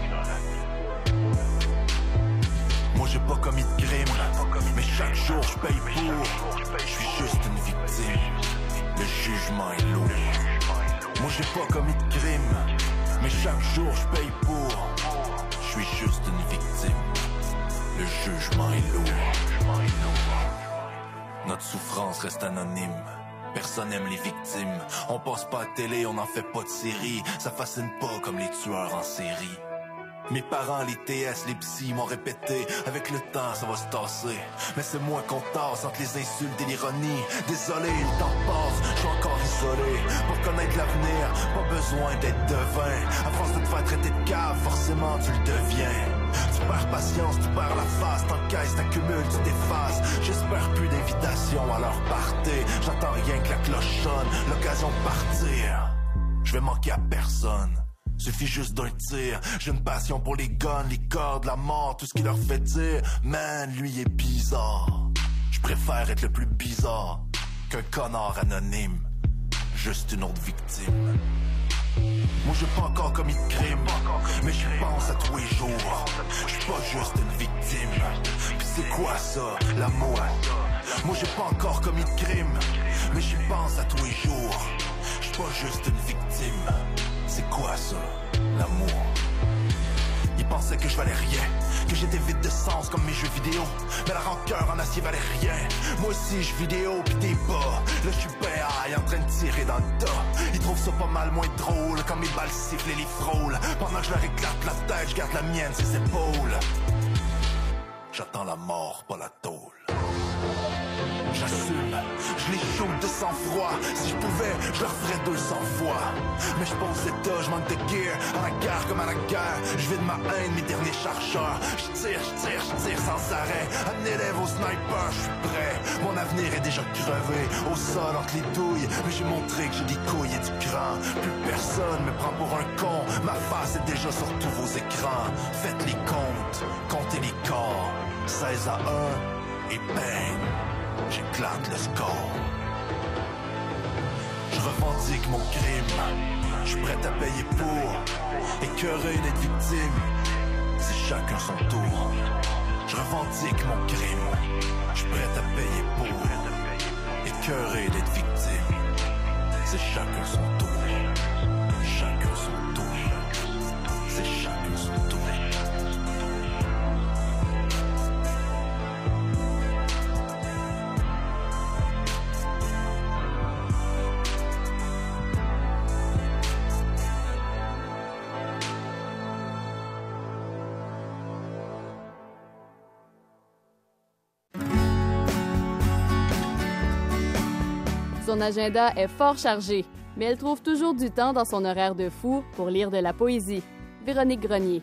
Moi j'ai pas commis de crime, mais chaque jour je paye pour. Je suis juste une victime, le jugement est lourd. Moi j'ai pas commis de crime, mais chaque jour je paye pour. Je suis juste une victime, le jugement est lourd. Notre souffrance reste anonyme, personne n'aime les victimes. On passe pas à télé, on n'en fait pas de série. Ça fascine pas comme les tueurs en série. Mes parents, les TS, les psys m'ont répété, avec le temps ça va se tasser. Mais c'est moi qu'on tasse entre les insultes et l'ironie. Désolé, le temps passe, je suis encore isolé. Pour connaître l'avenir, pas besoin d'être devin. À force de te faire traiter de cave, forcément tu le deviens. Tu perds patience, tu perds la face, t'encaisses, t'accumules, tu t'effaces. J'espère plus d'invitations à leur party. J'entends rien que la cloche sonne, l'occasion de partir. Je vais manquer à personne. Suffit juste d'un tir. J'ai une passion pour les guns, les cordes, la mort, tout ce qui leur fait dire man, lui est bizarre. Je préfère être le plus bizarre qu'un connard anonyme juste une autre victime. Moi j'ai pas encore commis de crime, mais j'y pense à tous les jours. J'suis pas juste une victime. Pis c'est quoi ça, l'amour? Moi j'ai pas encore commis de crime, mais j'y pense à tous les jours. J'suis pas juste une victime. C'est quoi ça, l'amour? Ils pensaient que je valais rien, que j'étais vide de sens comme mes jeux vidéo. Mais la rancœur en acier valait rien. Moi aussi je vidéo pis t'es bas. Là je suis bien high en train de tirer dans le tas. Ils trouvent ça pas mal moins drôle quand mes balles sifflent et les frôlent. Pendant que je leur éclate la tête, je garde la mienne, ses épaules. J'attends la mort, pas la tôle. J'assume, je les shoot de sang-froid. Si je pouvais, je leur ferais 200 fois. Mais je pose l'état, je manque de gear. À la guerre comme à la guerre, je vide ma haine, mes derniers chargeurs. Je tire sans arrêt. Un élève au sniper, je suis prêt. Mon avenir est déjà crevé, au sol entre les douilles. Mais j'ai montré que j'ai des couilles et du cran. Plus personne me prend pour un con. Ma face est déjà sur tous vos écrans. Faites les comptes, comptez les corps. 16 à 1 et bang, j'éclate le score. Je revendique mon crime, je suis prêt à payer pour. Écœuré d'être victime, c'est chacun son tour. Je revendique mon crime, je suis prêt à payer pour. Écœuré d'être victime, c'est chacun son tour. Chacun son tour, c'est chacun son tour. Son agenda est fort chargé, mais elle trouve toujours du temps dans son horaire de fou pour lire de la poésie. Véronique Grenier.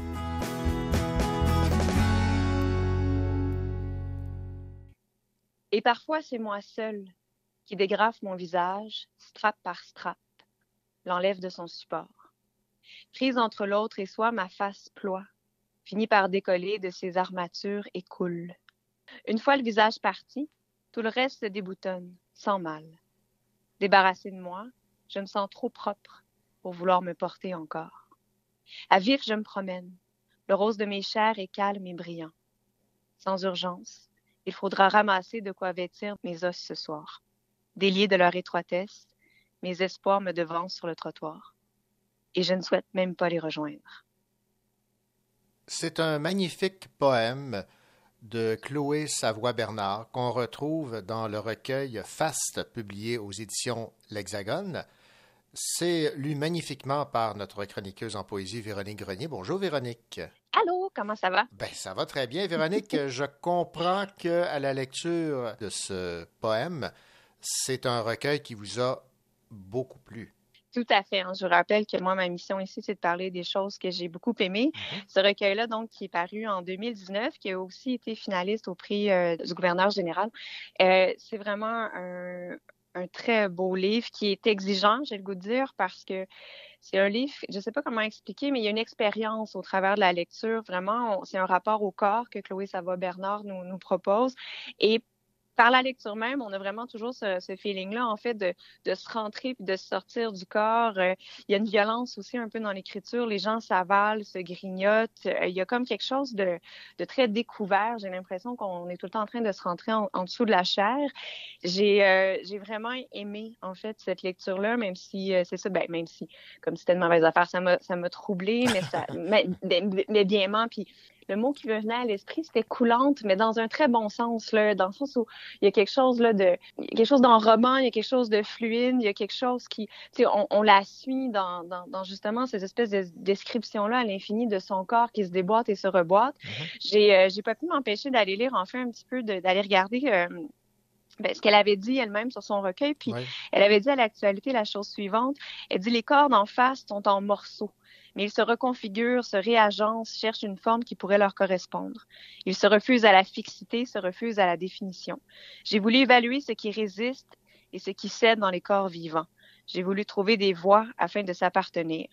Et parfois, c'est moi seule qui dégrafe mon visage, strap par strap, l'enlève de son support. Prise entre l'autre et soi, ma face ploie, finit par décoller de ses armatures et coule. Une fois le visage parti, tout le reste se déboutonne, sans mal. Débarrassée de moi, je me sens trop propre pour vouloir me porter encore. À vif, je me promène. Le rose de mes chairs est calme et brillant. Sans urgence, il faudra ramasser de quoi vêtir mes os ce soir. Déliés de leur étroitesse, mes espoirs me devancent sur le trottoir. Et je ne souhaite même pas les rejoindre. C'est un magnifique poème de Chloé Savoie-Bernard qu'on retrouve dans le recueil Faste, publié aux éditions L'Hexagone. C'est lu magnifiquement par notre chroniqueuse en poésie, Véronique Grenier. Bonjour, Véronique. Allô, comment ça va? Ben, ça va très bien, Véronique. Je comprends qu'à la lecture de ce poème, c'est un recueil qui vous a beaucoup plu. Tout à fait. Je vous rappelle que moi, ma mission ici, c'est de parler des choses que j'ai beaucoup aimées. Ce recueil-là, donc, qui est paru en 2019, qui a aussi été finaliste au prix du gouverneur général, c'est vraiment un très beau livre qui est exigeant, j'ai le goût de dire, parce que c'est un livre, je ne sais pas comment expliquer, mais il y a une expérience au travers de la lecture. Vraiment, c'est un rapport au corps que Chloé Savoie-Bernard nous propose. Et par la lecture même, on a vraiment toujours ce feeling-là, en fait, de se rentrer puis de se sortir du corps. Il y a une violence aussi un peu dans l'écriture. Les gens s'avalent, se grignotent. Il y a comme quelque chose de très découvert. J'ai l'impression qu'on est tout le temps en train de se rentrer en dessous de la chair. J'ai vraiment aimé, en fait, cette lecture-là, même si, c'est ça, même si, comme c'était une mauvaise affaire, ça m'a troublée, mais biennement, puis le mot qui me venait à l'esprit, c'était coulante, mais dans un très bon sens, là, dans le sens où il y a quelque chose là quelque chose d'enrobant, il y a quelque chose de fluide, il y a quelque chose qui, tu sais, on la suit dans justement ces espèces de descriptions-là à l'infini de son corps qui se déboîte et se reboîte. J'ai pas pu m'empêcher d'aller lire enfin un petit peu, d'aller regarder ce qu'elle avait dit elle-même sur son recueil, puis elle avait dit à l'actualité la chose suivante, elle dit « Les corps d'en face sont en morceaux. Mais ils se reconfigurent, se réagencent, cherchent une forme qui pourrait leur correspondre. Ils se refusent à la fixité, se refusent à la définition. J'ai voulu évaluer ce qui résiste et ce qui cède dans les corps vivants. J'ai voulu trouver des voies afin de s'appartenir.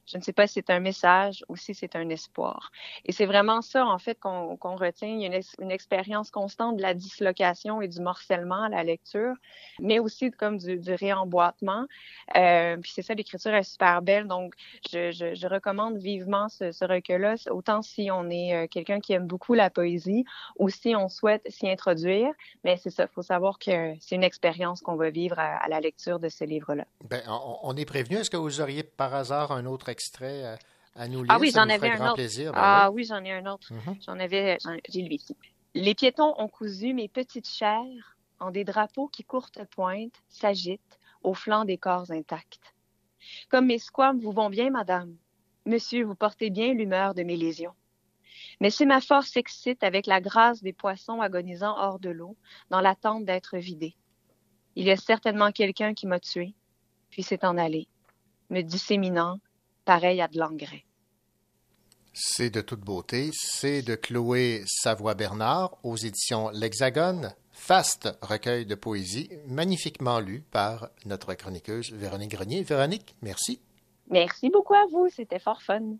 Je ne sais pas si c'est un message ou si c'est un espoir. Et c'est vraiment ça, en fait, qu'on retient. Il y a une expérience constante de la dislocation et du morcellement à la lecture, mais aussi comme du réemboîtement. Puis c'est ça, l'écriture est super belle. Donc, je recommande vivement ce recueil-là, autant si on est quelqu'un qui aime beaucoup la poésie ou si on souhaite s'y introduire. Mais c'est ça, il faut savoir que c'est une expérience qu'on va vivre à la lecture de ce livre-là. Bien, on est prévenu. Est-ce que vous auriez par hasard un autre extrait à nous lire? Ah oui, ça j'en avais un autre. Plaisir. Oui, j'en ai un autre. Mm-hmm. J'ai lu ici. Les piétons ont cousu mes petites chairs en des drapeaux qui, courte pointe, s'agitent au flanc des corps intacts. Comme mes squames vous vont bien, madame. Monsieur, vous portez bien l'humeur de mes lésions. Mais si ma force s'excite avec la grâce des poissons agonisant hors de l'eau, dans l'attente d'être vidés, il y a certainement quelqu'un qui m'a tué, puis s'est en allé, me disséminant, pareil à de l'engrais. C'est de toute beauté. C'est de Chloé Savoie-Bernard aux éditions L'Hexagone. Faste recueil de poésie, magnifiquement lu par notre chroniqueuse Véronique Grenier. Véronique, merci. Merci beaucoup à vous, c'était fort fun.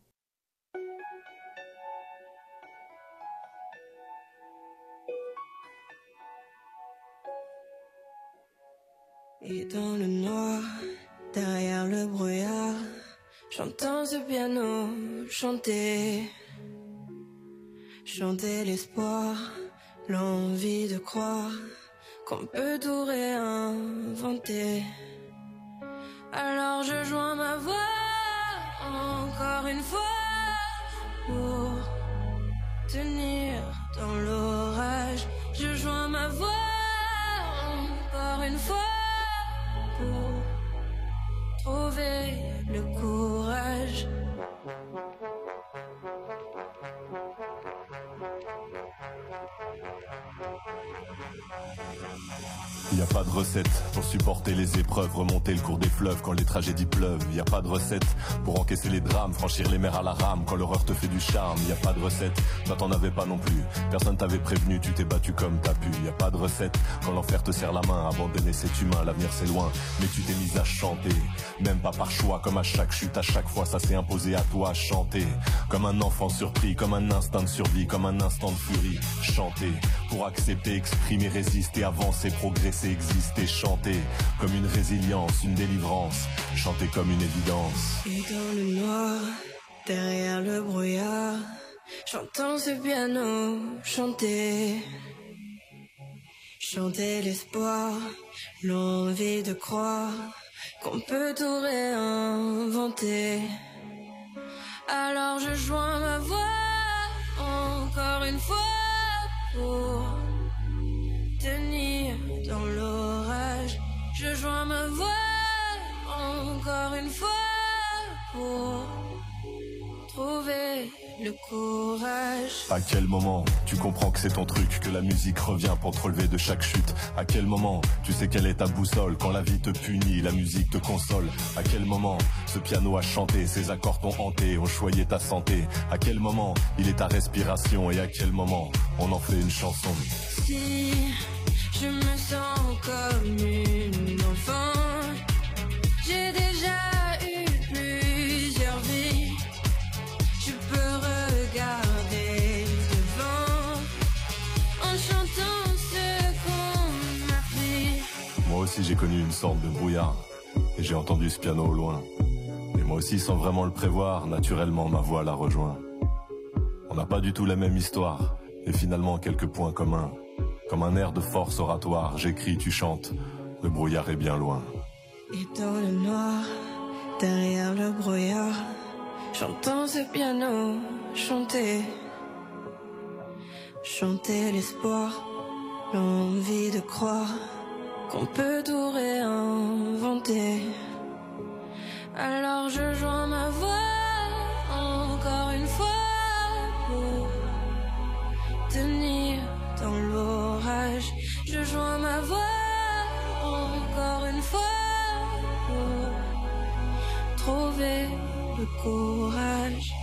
Et dans le noir, derrière le brouillard, j'entends ce piano chanter. Chanter l'espoir, l'envie de croire qu'on peut tout réinventer. Alors je joins ma voix encore une fois pour tenir dans l'orage. Je joins ma voix encore une fois pour trouver le courage. Y a pas de recette pour supporter les épreuves, remonter le cours des fleuves quand les tragédies pleuvent. Y a pas de recette pour encaisser les drames, franchir les mers à la rame quand l'horreur te fait du charme. Y a pas de recette, toi t'en avais pas non plus. Personne t'avait prévenu, tu t'es battu comme t'as pu. Y a pas de recette quand l'enfer te serre la main, abandonner cet humain, l'avenir c'est loin. Mais tu t'es mise à chanter, même pas par choix, comme à chaque chute, à chaque fois ça s'est imposé à toi. Chanter, comme un enfant surpris, comme un instinct de survie, comme un instant de furie. Chanter, pour accepter, exprimer, résister, avancer, progresser, exister, chanter comme une résilience, une délivrance, chanter comme une évidence. Et dans le noir, derrière le brouillard, j'entends ce piano chanter. Chanter l'espoir, l'envie de croire qu'on peut tout réinventer. Alors je joins ma voix encore une fois pour tenir dans l'orage. Je joins ma voix encore une fois pour trouver le courage. À quel moment tu comprends que c'est ton truc, que la musique revient pour te relever de chaque chute? À quel moment tu sais quelle est ta boussole? Quand la vie te punit, la musique te console. À quel moment ce piano a chanté, ses accords t'ont hanté, ont choyé ta santé? À quel moment il est ta respiration? Et à quel moment on en fait une chanson? Si je me sens comme une enfant, j'ai déjà eu plusieurs vies. Je peux regarder devant en chantant ce qu'on m'a pris. Moi aussi j'ai connu une sorte de brouillard et j'ai entendu ce piano au loin. Et moi aussi sans vraiment le prévoir, naturellement ma voix la rejoint. On n'a pas du tout la même histoire et finalement quelques points communs. Comme un air de force oratoire, j'écris, tu chantes, le brouillard est bien loin. Et dans le noir, derrière le brouillard, j'entends ce piano chanter. Chanter l'espoir, l'envie de croire qu'on peut tout réinventer. Alors je joins ma voix encore une fois pour tenir dans l'orage. Je joins ma voix encore une fois pour trouver le courage.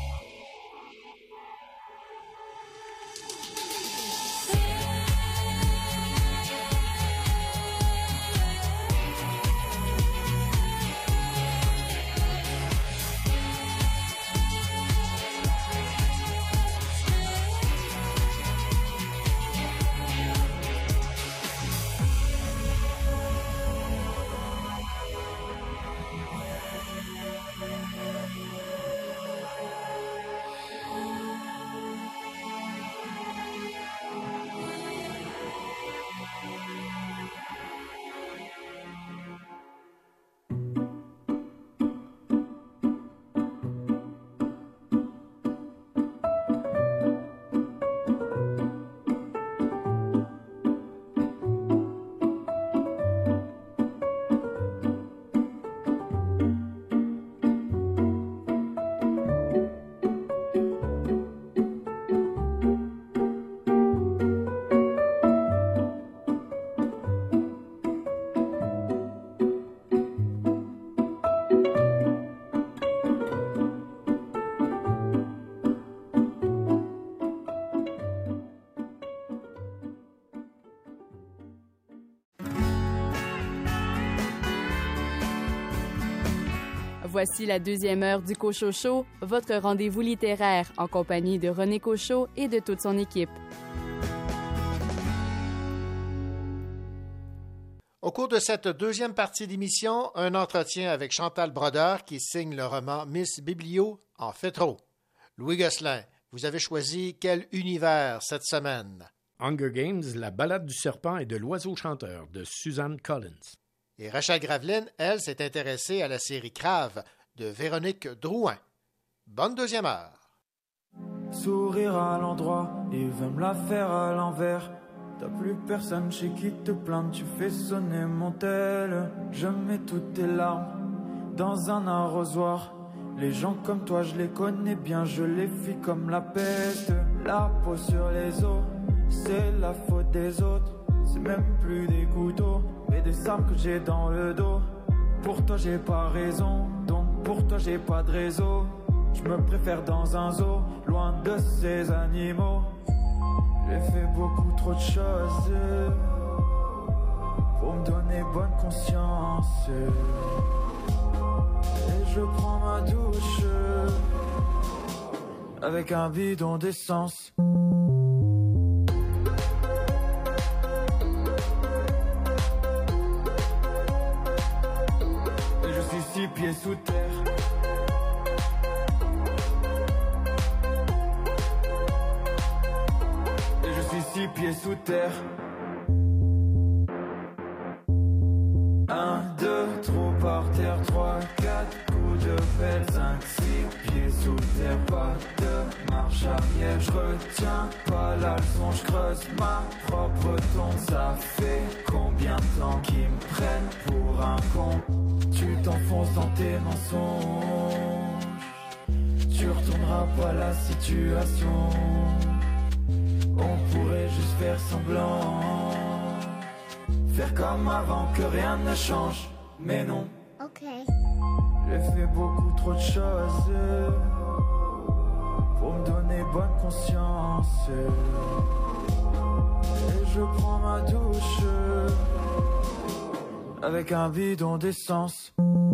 Voici la deuxième heure du Cochot, votre rendez-vous littéraire en compagnie de René Cochot et de toute son équipe. Au cours de cette deuxième partie d'émission, un entretien avec Chantal Brodeur qui signe le roman Miss Biblio en fait trop. Louis Gosselin, vous avez choisi quel univers cette semaine? Hunger Games, la balade du serpent et de l'oiseau chanteur de Suzanne Collins. Et Rachel Graveline, elle, s'est intéressée à la série Crave de Véronique Drouin. Bonne deuxième heure. Sourire à l'endroit, il veut me la faire à l'envers. T'as plus personne chez qui te plaindre, tu fais sonner mon tel. Je mets toutes tes larmes dans un arrosoir. Les gens comme toi, je les connais bien, je les fuis comme la peste. La peau sur les os, c'est la faute des autres. C'est même plus des couteaux, mais des armes que j'ai dans le dos. Pour toi j'ai pas raison, donc pour toi j'ai pas de réseau. Je me préfère dans un zoo, loin de ces animaux. J'ai fait beaucoup trop de choses pour me donner bonne conscience. Et je prends ma douche avec un bidon d'essence. Et je suis 6 pieds sous terre. Et je suis 6 pieds sous terre. 1, 2, trop par terre, 3, 4 coups de pelle, 5, 6 pieds sous terre, pas de marche arrière, je retiens pas la leçon, je creuse ma propre tombe. Ça fait combien de temps qu'ils me prennent pour un con? Tu t'enfonces dans tes mensonges, tu retourneras pas la situation. On pourrait juste faire semblant, faire comme avant, que rien ne change, mais non. Ok. J'ai fait beaucoup trop de choses pour me donner bonne conscience. Et je prends ma douche avec un bidon d'essence.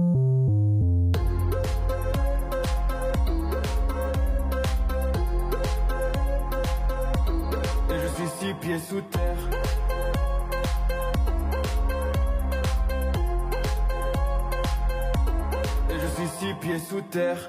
Et je suis 6 pieds sous terre. Et je suis 6 pieds sous terre.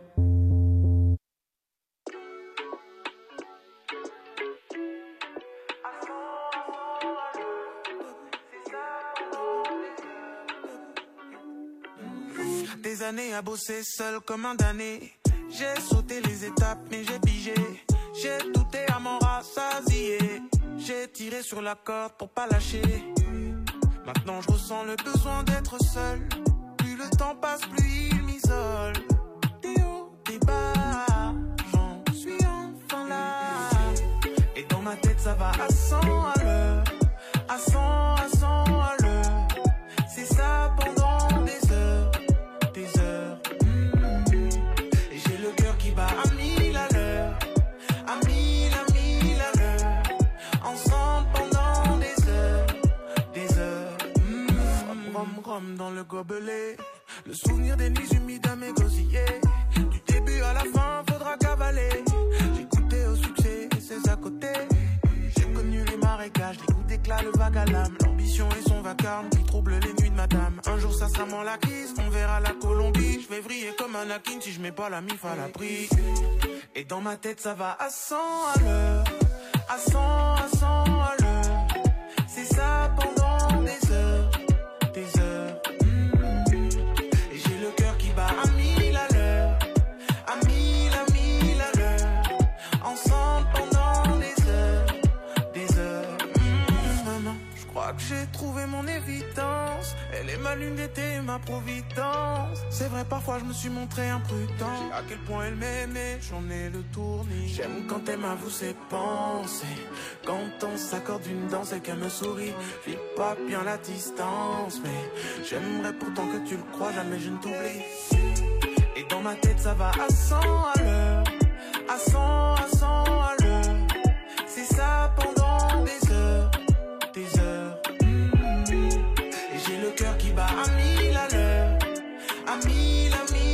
Des années à bosser seul comme un damné. J'ai sauté les étapes mais j'ai pigé. J'ai douté à m'en rassasier. J'ai tiré sur la corde pour pas lâcher. Maintenant je ressens le besoin d'être seul. Plus le temps passe, plus il m'isole. Des hauts, des bas, j'en suis enfin là. Et dans ma tête ça va à 100 à l'heure. À 100 à 100 à l'heure. C'est ça pendant des heures. Des heures. Et j'ai le cœur qui bat à 1000 à l'heure. À 1000 à l'heure. Ensemble pendant des heures. Des heures. Rhum dans le gobelet. Le souvenir des nuits humides à mes gosillets. Du début à la fin, faudra cavaler. J'ai goûté au succès et ses à côté. J'ai connu les marécages, les coups d'éclat, le vague à l'âme. L'ambition et son vacarme qui trouble les nuits de madame. Un jour ça sera moins la crise, on verra la Colombie. Je vais vriller comme un Anakin si je mets pas la mif à l'abri. Et dans ma tête ça va à 100 à l'heure. À 100 à 100 à l'heure. C'est ça pendant des heures. Des heures. Et j'ai le cœur qui bat à 1000 à l'heure. À 1000 à l'heure. Ensemble pendant des heures. Des heures. Maman, je crois que j'ai trouvé mon évidence. Elle est ma lune d'été, ma providence. C'est vrai, parfois je me suis montré imprudent. J'ai à quel point elle m'aimait, j'en ai le tournis. J'aime quand elle m'avoue ses pensées. Quand on s'accorde une danse et qu'elle me sourit. Je vis pas bien la distance, mais j'aimerais pourtant que tu le crois, jamais je ne t'oublie. Et dans ma tête ça va à 100 à l'heure. À 100 à 100 à l'heure. C'est ça pendant des heures. Des heures. Et j'ai le cœur qui bat à 1000 à l'heure. À 1000 à 1000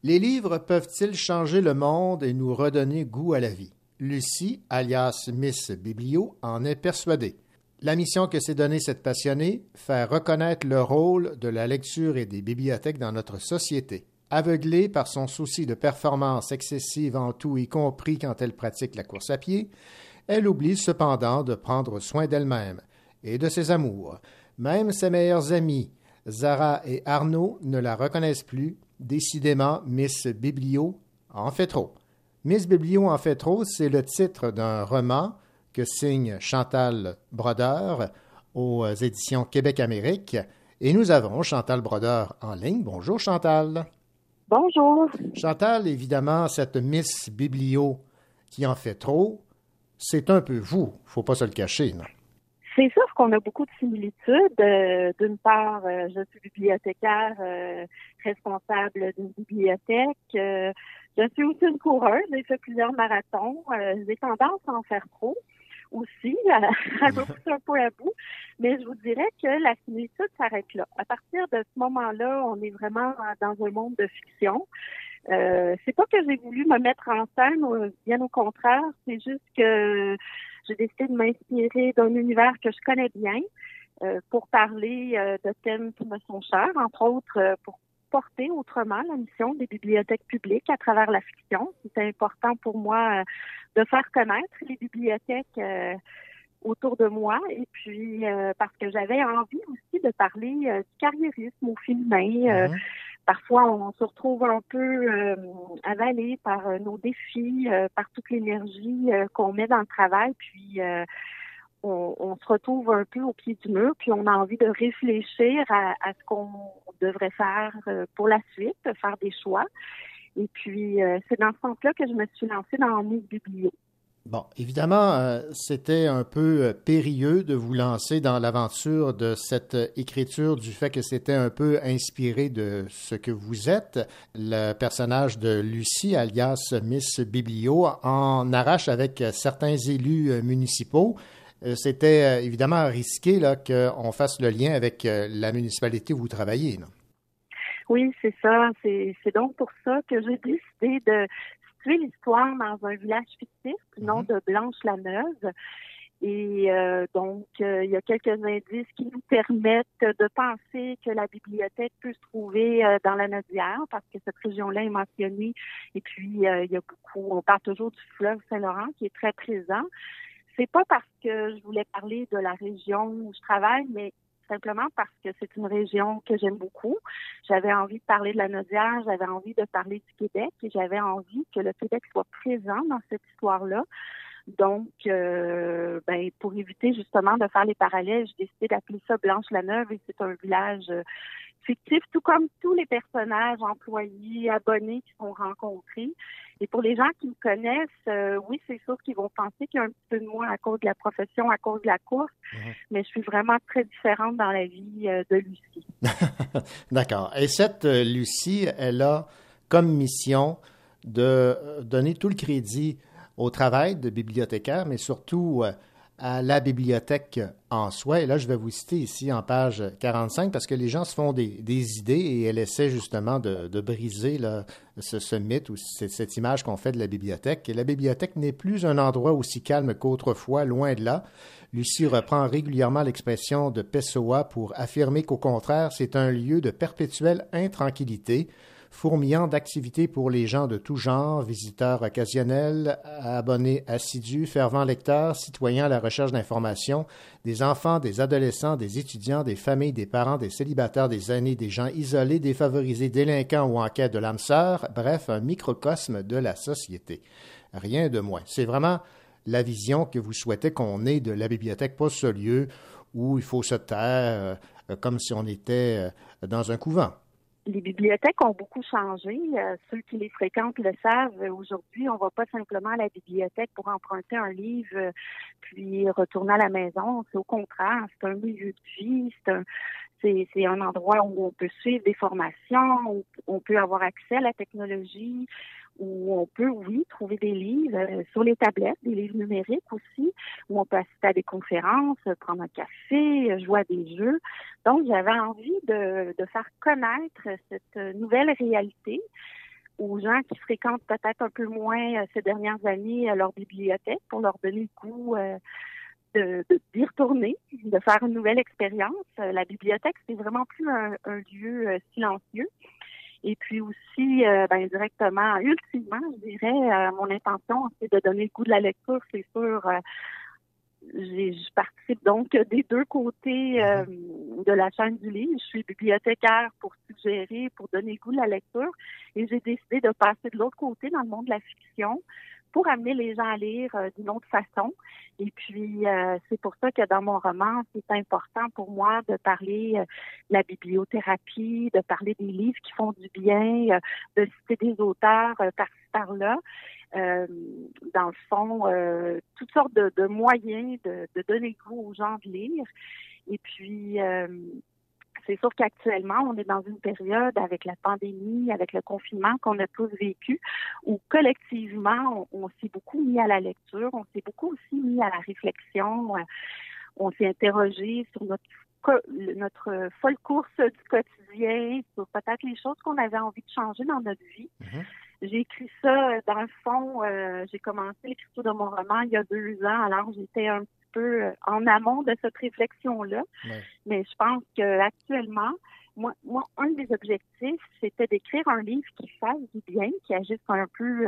Les livres peuvent-ils changer le monde et nous redonner goût à la vie? Lucie, alias Miss Biblio, en est persuadée. La mission que s'est donnée cette passionnée, faire reconnaître le rôle de la lecture et des bibliothèques dans notre société. Aveuglée par son souci de performance excessive en tout, y compris quand elle pratique la course à pied, elle oublie cependant de prendre soin d'elle-même et de ses amours. Même ses meilleurs amis, Zara et Arnaud, ne la reconnaissent plus. Décidément, Miss Biblio en fait trop. Miss Biblio en fait trop, c'est le titre d'un roman que signe Chantal Brodeur aux éditions Québec-Amérique. Et nous avons Chantal Brodeur en ligne. Bonjour Chantal. Bonjour. Chantal, évidemment, cette Miss Biblio qui en fait trop, c'est un peu vous. Faut pas se le cacher, non? C'est sûr qu'on a beaucoup de similitudes. D'une part, je suis bibliothécaire responsable d'une bibliothèque. Je suis aussi une coureuse. J'ai fait plusieurs marathons. J'ai tendance à en faire trop aussi, à me pousser un peu à bout. Mais je vous dirais que la similitude s'arrête là. À partir de ce moment-là, on est vraiment dans un monde de fiction. C'est pas que j'ai voulu me mettre en scène, bien au contraire. C'est juste que j'ai décidé de m'inspirer d'un univers que je connais bien pour parler de thèmes qui me sont chers, entre autres pour porter autrement la mission des bibliothèques publiques à travers la fiction. C'était important pour moi de faire connaître les bibliothèques autour de moi et puis parce que j'avais envie aussi de parler du carriérisme au féminin. Parfois, on se retrouve un peu avalé par nos défis, par toute l'énergie qu'on met dans le travail, puis on se retrouve un peu au pied du mur, puis on a envie de réfléchir à ce qu'on devrait faire pour la suite, faire des choix. Et puis, c'est dans ce sens-là que je me suis lancée dans Miss Biblio. Bon, évidemment, c'était un peu périlleux de vous lancer dans l'aventure de cette écriture du fait que c'était un peu inspiré de ce que vous êtes. Le personnage de Lucie, alias Miss Biblio, en arrache avec certains élus municipaux. C'était évidemment risqué là, qu'on fasse le lien avec la municipalité où vous travaillez. Non? Oui, c'est ça. C'est donc pour ça que j'ai décidé de situer l'histoire dans un village fictif du nom de Blanche-la-Neuve. Et donc, il y a quelques indices qui nous permettent de penser que la bibliothèque peut se trouver dans la Naudière, parce que cette région-là est mentionnée. Et puis, il y a beaucoup, on parle toujours du fleuve Saint-Laurent qui est très présent. C'est pas parce que je voulais parler de la région où je travaille, mais simplement parce que c'est une région que j'aime beaucoup. J'avais envie de parler de la Naudière, j'avais envie de parler du Québec et j'avais envie que le Québec soit présent dans cette histoire-là. Donc, pour éviter justement de faire les parallèles, j'ai décidé d'appeler ça Blanche-la-Neuve et c'est un village fictif, tout comme tous les personnages, employés, abonnés qui sont rencontrés. Et pour les gens qui me connaissent, oui, c'est sûr qu'ils vont penser qu'il y a un petit peu de moi à cause de la profession, à cause de la course, mais je suis vraiment très différente dans la vie de Lucie. D'accord. Et cette Lucie, elle a comme mission de donner tout le crédit au travail de bibliothécaire, mais surtout à la bibliothèque en soi. Et là, je vais vous citer ici en page 45 parce que les gens se font des idées et elle essaie justement de briser là, ce mythe ou cette image qu'on fait de la bibliothèque. Et la bibliothèque n'est plus un endroit aussi calme qu'autrefois, loin de là. Lucie reprend régulièrement l'expression de Pessoa pour affirmer qu'au contraire, c'est un lieu de perpétuelle intranquillité, fourmillant d'activités pour les gens de tout genre, visiteurs occasionnels, abonnés assidus, fervents lecteurs, citoyens à la recherche d'informations, des enfants, des adolescents, des étudiants, des familles, des parents, des célibataires, des aînés, des gens isolés, défavorisés, délinquants ou en quête de l'âme sœur, bref, un microcosme de la société. Rien de moins. C'est vraiment la vision que vous souhaitez qu'on ait de la bibliothèque, pas ce lieu où il faut se taire comme si on était dans un couvent. Les bibliothèques ont beaucoup changé. Ceux qui les fréquentent le savent. Aujourd'hui, on ne va pas simplement à la bibliothèque pour emprunter un livre puis retourner à la maison. C'est au contraire, c'est un milieu de vie, c'est un endroit où on peut suivre des formations, où on peut avoir accès à la technologie, où on peut, oui, trouver des livres sur les tablettes, des livres numériques aussi, où on peut assister à des conférences, prendre un café, jouer à des jeux. Donc, j'avais envie de faire connaître cette nouvelle réalité aux gens qui fréquentent peut-être un peu moins ces dernières années leur bibliothèque pour leur donner le goût d'y retourner, de faire une nouvelle expérience. La bibliothèque, c'est vraiment plus un lieu silencieux. Et puis aussi, directement, ultimement, je dirais, mon intention, c'est de donner le goût de la lecture, c'est sûr. Je participe donc des deux côtés de la chaîne du livre. Je suis bibliothécaire pour suggérer, pour donner le goût de la lecture. Et j'ai décidé de passer de l'autre côté dans le monde de la fiction pour amener les gens à lire d'une autre façon. Et puis, c'est pour ça que dans mon roman, c'est important pour moi de parler de la bibliothérapie, de parler des livres qui font du bien, de citer des auteurs par-ci, par-là. Dans le fond, toutes sortes de moyens de donner le goût aux gens de lire. Et puis, c'est sûr qu'actuellement, on est dans une période avec la pandémie, avec le confinement qu'on a tous vécu, où collectivement, on s'est beaucoup mis à la lecture, on s'est beaucoup aussi mis à la réflexion, on s'est interrogé sur notre folle course du quotidien, sur peut-être les choses qu'on avait envie de changer dans notre vie. Mm-hmm. J'ai écrit ça, dans le fond, j'ai commencé l'écriture de mon roman il y a 2 ans, alors j'étais un petit peu en amont de cette réflexion-là. Ouais. Mais je pense qu'actuellement, moi, un des objectifs, c'était d'écrire un livre qui fasse du bien, qui agisse un peu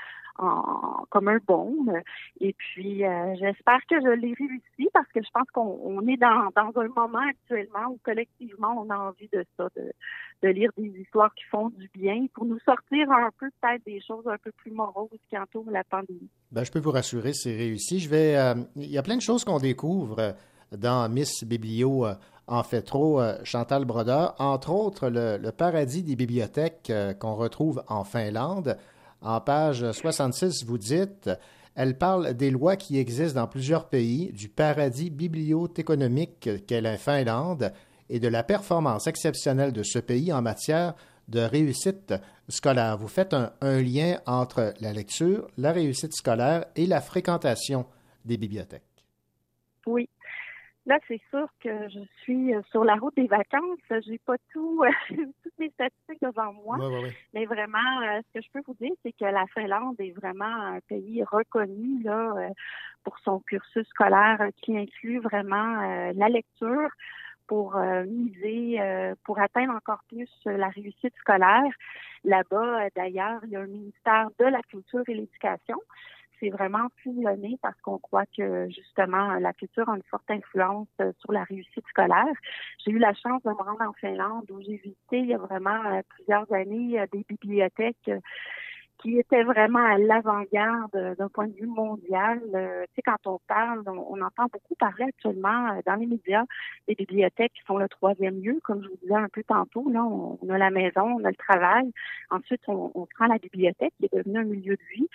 comme un baume. Et puis, j'espère que je l'ai réussi parce que je pense qu'on est dans un moment actuellement où collectivement, on a envie de ça, de lire des histoires qui font du bien pour nous sortir un peu peut-être des choses un peu plus moroses qui entourent la pandémie. Ben, je peux vous rassurer, c'est réussi. Il y a plein de choses qu'on découvre dans Miss Biblio en fait trop, Chantal Brodeur, entre autres le paradis des bibliothèques qu'on retrouve en Finlande. En page 66, vous dites, elle parle des lois qui existent dans plusieurs pays, du paradis bibliothéconomique qu'est la Finlande et de la performance exceptionnelle de ce pays en matière de réussite scolaire. Vous faites un lien entre la lecture, la réussite scolaire et la fréquentation des bibliothèques. Oui. Là, c'est sûr que je suis sur la route des vacances. J'ai pas toutes mes statistiques devant moi. Oui. Mais vraiment, ce que je peux vous dire, c'est que la Finlande est vraiment un pays reconnu là pour son cursus scolaire qui inclut vraiment la lecture pour miser, pour atteindre encore plus la réussite scolaire. Là-bas, d'ailleurs, il y a un ministère de la culture et l'éducation. C'est vraiment fusionné parce qu'on croit que, justement, la culture a une forte influence sur la réussite scolaire. J'ai eu la chance de me rendre en Finlande où j'ai visité il y a vraiment plusieurs années des bibliothèques qui étaient vraiment à l'avant-garde d'un point de vue mondial. Tu sais, quand on parle, on entend beaucoup parler actuellement dans les médias des bibliothèques qui sont le 3e lieu, comme je vous disais un peu tantôt. Là, on a la maison, on a le travail. Ensuite, on prend la bibliothèque qui est devenue un milieu de vie.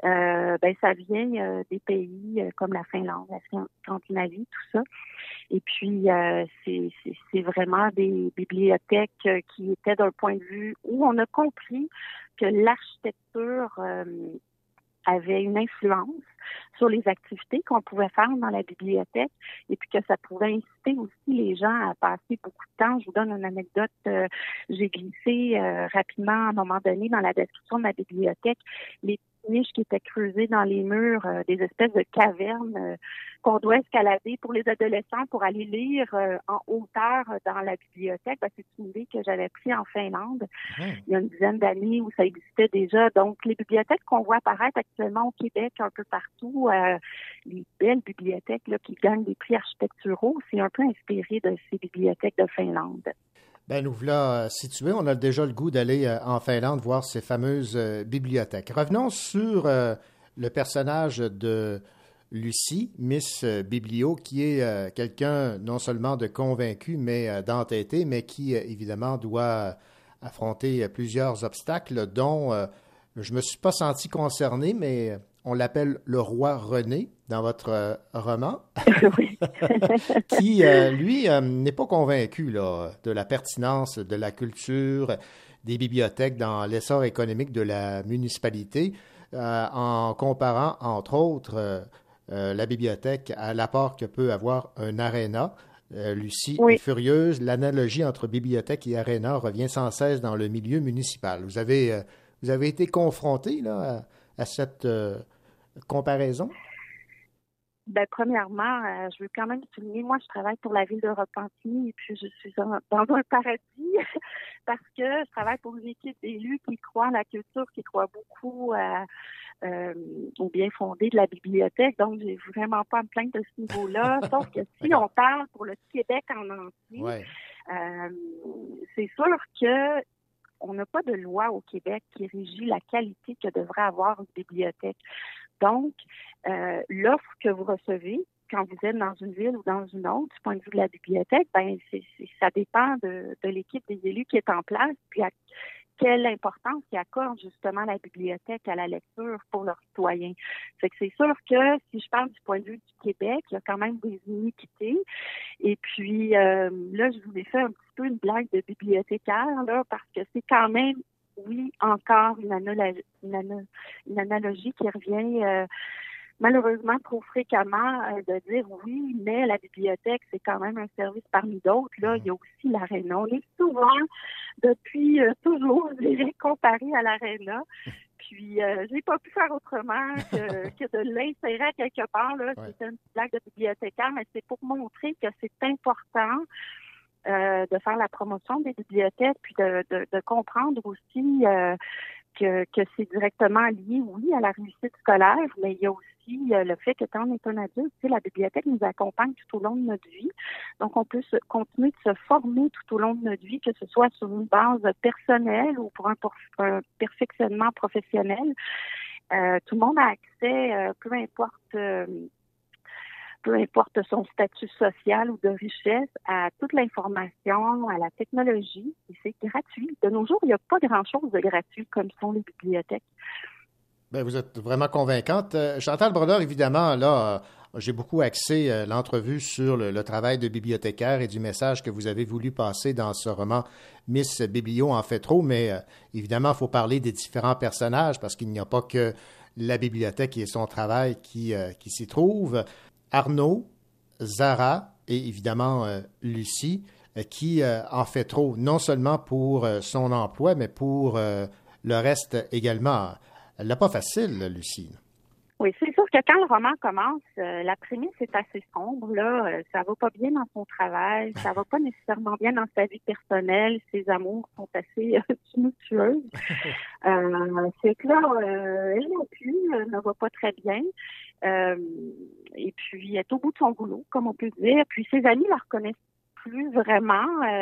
Ça vient des pays comme la Finlande, la Scandinavie, tout ça. Et puis, c'est vraiment des bibliothèques qui étaient d'un point de vue où on a compris que l'architecture avait une influence sur les activités qu'on pouvait faire dans la bibliothèque et puis que ça pouvait inciter aussi les gens à passer beaucoup de temps. Je vous donne une anecdote. J'ai glissé rapidement à un moment donné dans la description de ma bibliothèque les niches qui étaient creusées dans les murs, des espèces de cavernes qu'on doit escalader pour les adolescents pour aller lire en hauteur dans la bibliothèque. C'est une idée que j'avais prise en Finlande il y a une dizaine d'années où ça existait déjà. Donc, les bibliothèques qu'on voit apparaître actuellement au Québec un peu partout, les belles bibliothèques là, qui gagnent des prix architecturaux, c'est un peu inspiré de ces bibliothèques de Finlande. Ben, nous voilà situés. On a déjà le goût d'aller en Finlande voir ces fameuses bibliothèques. Revenons sur le personnage de Lucie, Miss Biblio, qui est quelqu'un non seulement de convaincu, mais d'entêté, mais qui, évidemment, doit affronter plusieurs obstacles, dont je ne me suis pas senti concerné, mais on l'appelle le roi René dans votre roman, qui, lui, n'est pas convaincu là, de la pertinence de la culture, des bibliothèques dans l'essor économique de la municipalité, en comparant, entre autres, la bibliothèque à l'apport que peut avoir un aréna. Lucie est furieuse. L'analogie entre bibliothèque et aréna revient sans cesse dans le milieu municipal. Vous avez Vous avez été confronté là, à cette comparaison? Ben, premièrement, je veux quand même souligner, moi, je travaille pour la ville de Repentigny et puis je suis dans un paradis parce que je travaille pour une équipe d'élus qui croit à la culture, qui croit beaucoup au bien fondé de la bibliothèque. Donc, j'ai vraiment pas à me plaindre de ce niveau-là. Sauf que si on parle pour le Québec en entier, c'est sûr que on n'a pas de loi au Québec qui régit la qualité que devrait avoir une bibliothèque. Donc, l'offre que vous recevez quand vous êtes dans une ville ou dans une autre, du point de vue de la bibliothèque, ça dépend de l'équipe des élus qui est en place, puis à quelle importance ils accordent justement la bibliothèque à la lecture pour leurs citoyens. Fait que c'est sûr que si je parle du point de vue du Québec, il y a quand même des iniquités. Et puis là, je vous ai fait un petit peu une blague de bibliothécaire, là, parce que c'est quand même encore une analogie qui revient malheureusement trop fréquemment de dire oui, mais la bibliothèque, c'est quand même un service parmi d'autres. Là, il y a aussi l'Arena. On est souvent, depuis toujours, je dirais, comparé à l'Arena. Puis, j'ai pas pu faire autrement que de l'insérer à quelque part. Là. C'était une petite blague de bibliothécaire, mais c'est pour montrer que c'est important de faire la promotion des bibliothèques, puis de comprendre aussi que c'est directement lié, oui, à la réussite scolaire, mais il y a aussi le fait que quand on est un adulte, la bibliothèque nous accompagne tout au long de notre vie. Donc, on peut continuer de se former tout au long de notre vie, que ce soit sur une base personnelle ou pour un perfectionnement professionnel. Tout le monde a accès, peu importe son statut social ou de richesse, à toute l'information, à la technologie, et c'est gratuit. De nos jours, il n'y a pas grand-chose de gratuit comme sont les bibliothèques. Bien, vous êtes vraiment convaincante. Chantal Brodeur, évidemment, là, j'ai beaucoup axé l'entrevue sur le travail de bibliothécaire et du message que vous avez voulu passer dans ce roman Miss Biblio en fait trop, mais évidemment, il faut parler des différents personnages parce qu'il n'y a pas que la bibliothèque et son travail qui s'y trouvent. Arnaud, Zara et évidemment Lucie, qui en fait trop, non seulement pour son emploi, mais pour le reste également. Elle n'a pas facile, Lucie. Oui, c'est sûr que quand le roman commence, la prémisse est assez sombre. Là, ça va pas bien dans son travail, ça va pas nécessairement bien dans sa vie personnelle. Ses amours sont assez tumultueuses. C'est que là, elle non plus ne va pas très bien. Et puis, elle est au bout de son boulot, comme on peut dire. Puis, ses amis la reconnaissent plus vraiment.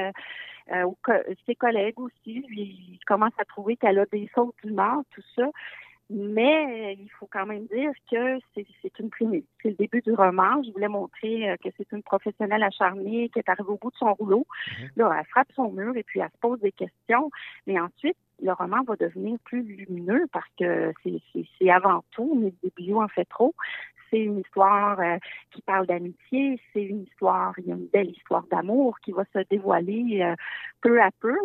Ses collègues aussi, ils commencent à trouver qu'elle a des sautes d'humeur, tout ça. Mais il faut quand même dire que c'est une prémisse. C'est le début du roman. Je voulais montrer que c'est une professionnelle acharnée qui est arrivée au bout de son rouleau. Là, elle frappe son mur et puis elle se pose des questions. Mais ensuite, le roman va devenir plus lumineux parce que c'est avant tout, mais Biblio en fait trop. C'est une histoire qui parle d'amitié, il y a une belle histoire d'amour qui va se dévoiler peu à peu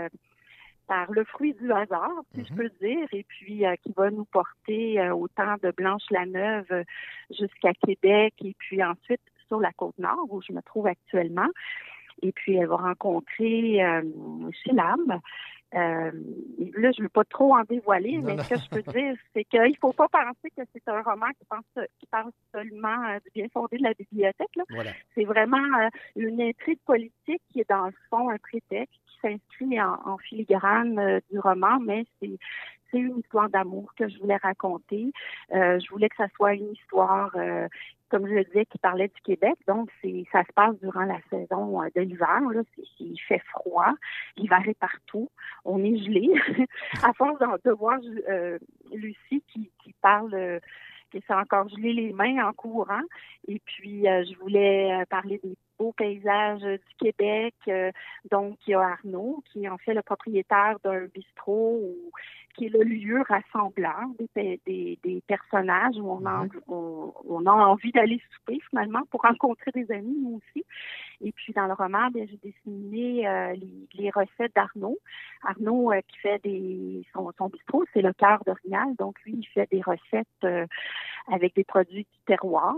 par le fruit du hasard, si je peux dire, et puis qui va nous porter au temps de Blanche-la-Neuve jusqu'à Québec et puis ensuite sur la Côte-Nord où je me trouve actuellement. Et puis elle va rencontrer Chilam. Là, je ne veux pas trop en dévoiler, mais ce que je peux dire, c'est qu'il ne faut pas penser que c'est un roman qui parle seulement du bien fondé de la bibliothèque. Là. Voilà. C'est vraiment une intrigue politique qui est dans le fond un prétexte qui s'inscrit en filigrane du roman, mais c'est une histoire d'amour que je voulais raconter. Je voulais que ça soit une histoire, comme je le disais, qui parlait du Québec. Donc, ça se passe durant la saison de l'hiver. Là. Il fait froid. L'hiver est partout. On est gelé. À force de voir Lucie qui parle que c'est encore gelé les mains en courant. Et puis, je voulais parler des beaux paysages du Québec. Donc, il y a Arnaud, qui est en fait le propriétaire d'un bistrot qui est le lieu rassembleur des personnages où on a envie d'aller souper finalement pour rencontrer des amis, nous aussi. Et puis dans le roman, j'ai dessiné les recettes d'Arnaud. Arnaud qui fait son bistrot, c'est le cœur d'Orignal. Donc lui, il fait des recettes avec des produits du terroir.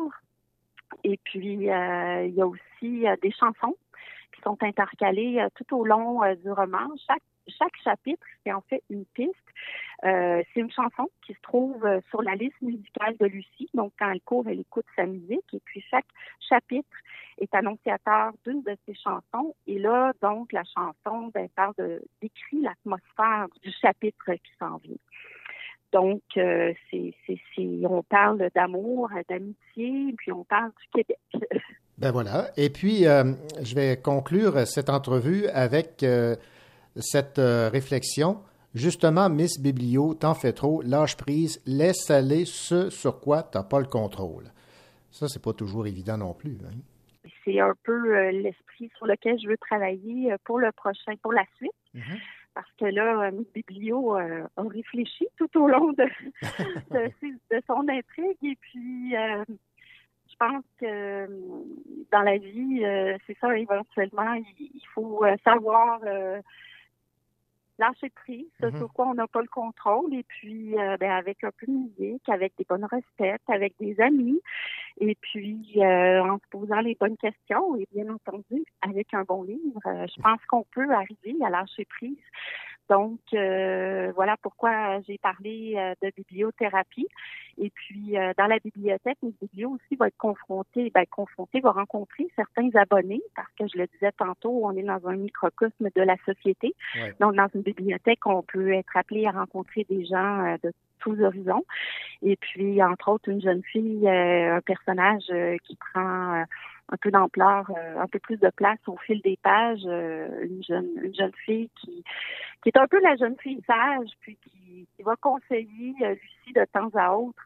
Et puis il y a aussi des chansons qui sont intercalées tout au long du roman. chaque chapitre, c'est en fait une piste. C'est une chanson qui se trouve sur la liste musicale de Lucie. Donc, quand elle court, elle écoute sa musique. Et puis, chaque chapitre est annonciateur d'une de ses chansons. Et là, donc, la chanson décrit l'atmosphère du chapitre qui s'en vient. Donc, on parle d'amour, d'amitié, puis on parle du Québec. Ben voilà. Et puis, je vais conclure cette entrevue avec cette réflexion. Justement, Miss Biblio, t'en fais trop, lâche prise, laisse aller ce sur quoi t'as pas le contrôle. Ça, c'est pas toujours évident non plus. Hein? C'est un peu l'esprit sur lequel je veux travailler pour la suite. Mm-hmm. Parce que là, Miss Biblio a réfléchi tout au long de son intrigue. Et puis, je pense que dans la vie, c'est ça, éventuellement, il faut savoir lâcher prise, sur quoi on n'a pas le contrôle. Et puis, avec un peu de musique, avec des bonnes recettes, avec des amis. Et puis, en se posant les bonnes questions et bien entendu, avec un bon livre, je pense qu'on peut arriver à lâcher prise. Donc, voilà pourquoi j'ai parlé de bibliothérapie. Et puis, dans la bibliothèque, Miss Biblio aussi va être va rencontrer certains abonnés, parce que je le disais tantôt, on est dans un microcosme de la société. Ouais. Donc, dans une bibliothèque, on peut être appelé à rencontrer des gens de tous horizons. Et puis, entre autres, une jeune fille, un personnage qui prend un peu d'ampleur, un peu plus de place au fil des pages, une jeune fille qui est un peu la jeune fille sage, puis qui va conseiller Lucie de temps à autre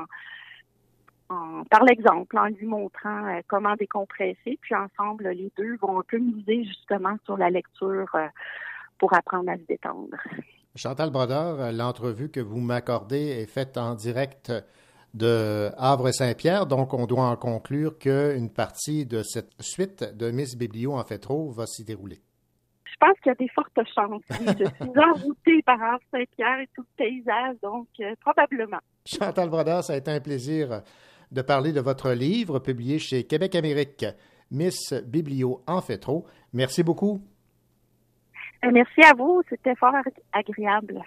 par l'exemple, en lui montrant comment décompresser. Puis ensemble, les deux vont un peu miser justement sur la lecture pour apprendre à se détendre. Chantal Brodeur, l'entrevue que vous m'accordez est faite en direct de Havre-Saint-Pierre, donc on doit en conclure qu'une partie de cette suite de Miss Biblio en fait trop va s'y dérouler. Je pense qu'il y a des fortes chances. Oui. Je suis envoûtée par Havre-Saint-Pierre et tout le paysage, donc probablement. Chantal Brodeur, ça a été un plaisir de parler de votre livre publié chez Québec Amérique, Miss Biblio en fait trop. Merci beaucoup. Merci à vous, c'était fort agréable.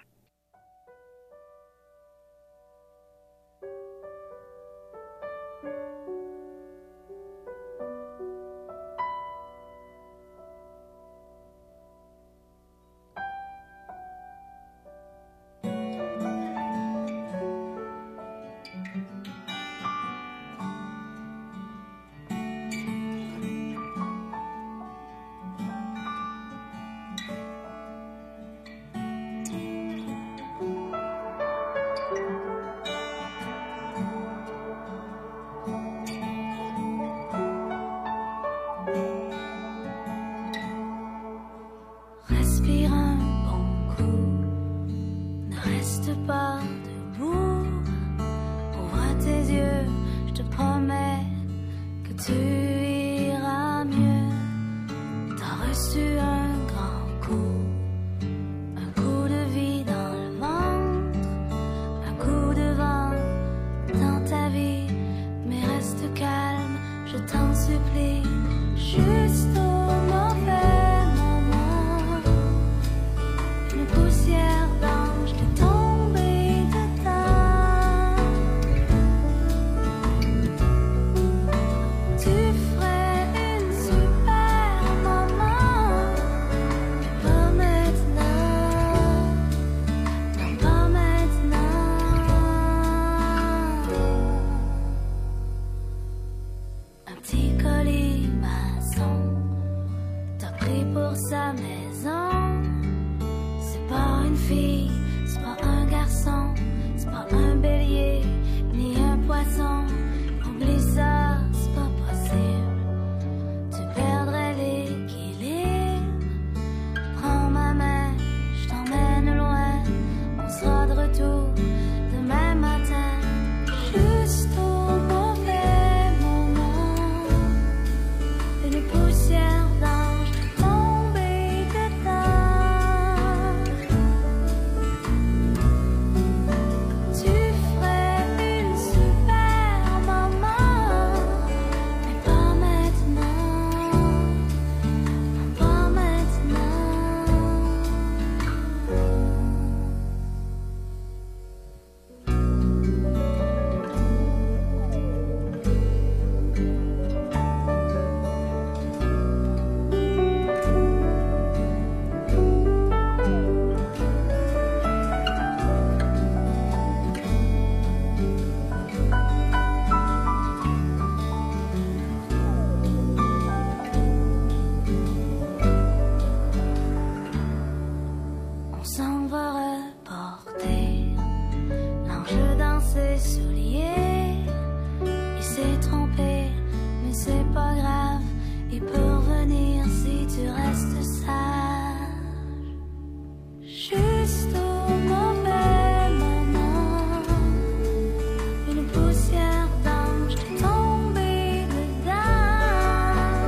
souliers. Il s'est trompé, mais c'est pas grave. Il peut revenir si tu restes sage. Juste au mauvais moment, une poussière d'ange t'est tombée dedans.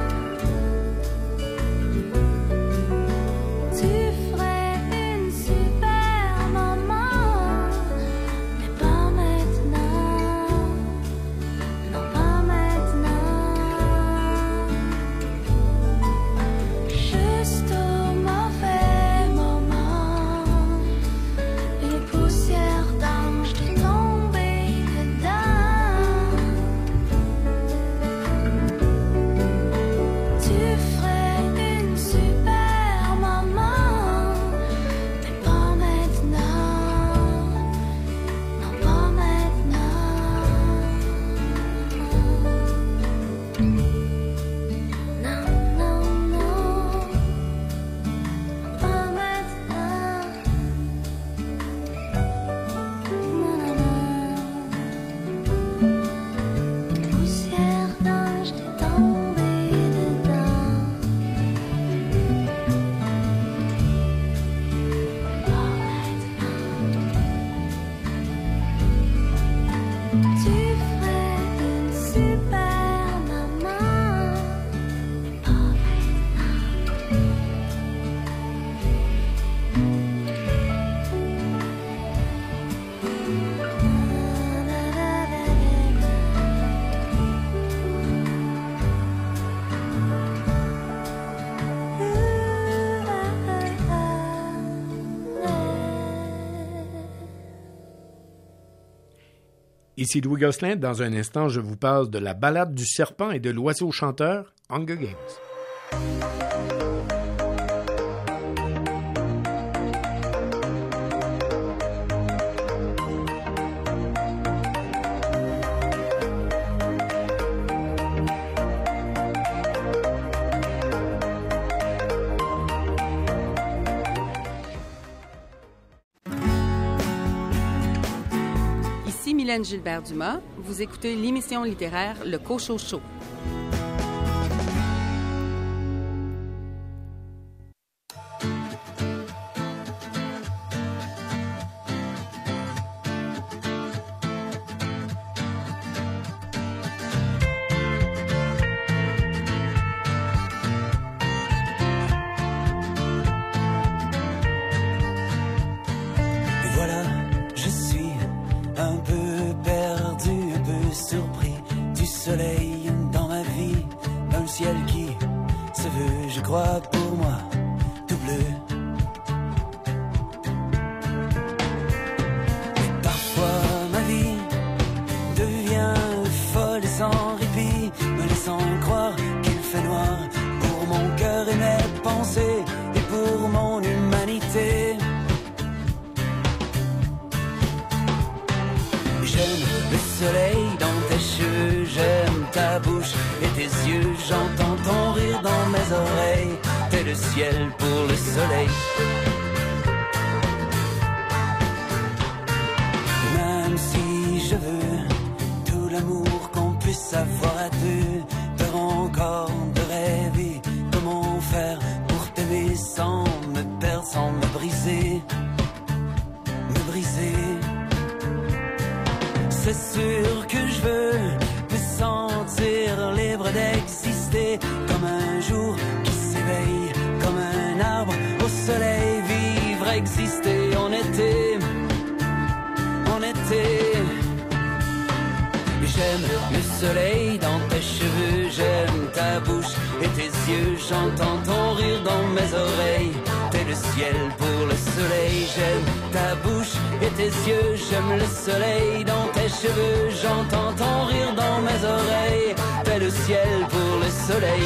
Tu ferais une super maman, mais pas maintenant. Non, pas maintenant. Juste au mauvais moment, une poussière d'ange t'est tombée dedans. Tu ferais une super maman, mais pas maintenant. Non, pas maintenant. Non, non, non. Pas maintenant. Poussière d'ange t'est tombée dedans. Pas maintenant. Tu ferais une super maman. Pas Ici Louis Gosselin. Dans un instant, je vous parle de la balade du serpent et de l'oiseau chanteur, Hunger Games. Ici Mylène Gilbert-Dumas. Vous écoutez l'émission littéraire Le Cochocho. Et voilà, je suis un peu perdu, un peu surpris du soleil dans ma vie, un ciel qui se veut, je crois, pour moi, tout bleu. Et parfois ma vie devient folle et sans répit, me laissant croire qu'il fait noir pour mon cœur et mes pensées et pour mon humanité. J'aime le soleil dans tes cheveux, j'aime ta bouche et tes yeux, j'entends ton rire dans mes oreilles, t'es le ciel pour le soleil. Même si je veux tout l'amour qu'on puisse avoir à deux, peur encore de rêver, comment faire pour t'aimer sans me perdre, sans me briser, me briser. C'est sûr que je veux me sentir libre d'exister comme un jour qui s'éveille, comme un arbre au soleil, vivre, exister en été, en été. J'aime le soleil dans tes cheveux, j'aime ta bouche et tes yeux, j'entends ton rire dans mes oreilles, t'es le ciel pour le soleil. J'aime ta bouche et tes yeux, j'aime le soleil dans tes cheveux, j'entends ton rire dans mes oreilles, t'es le ciel pour le soleil.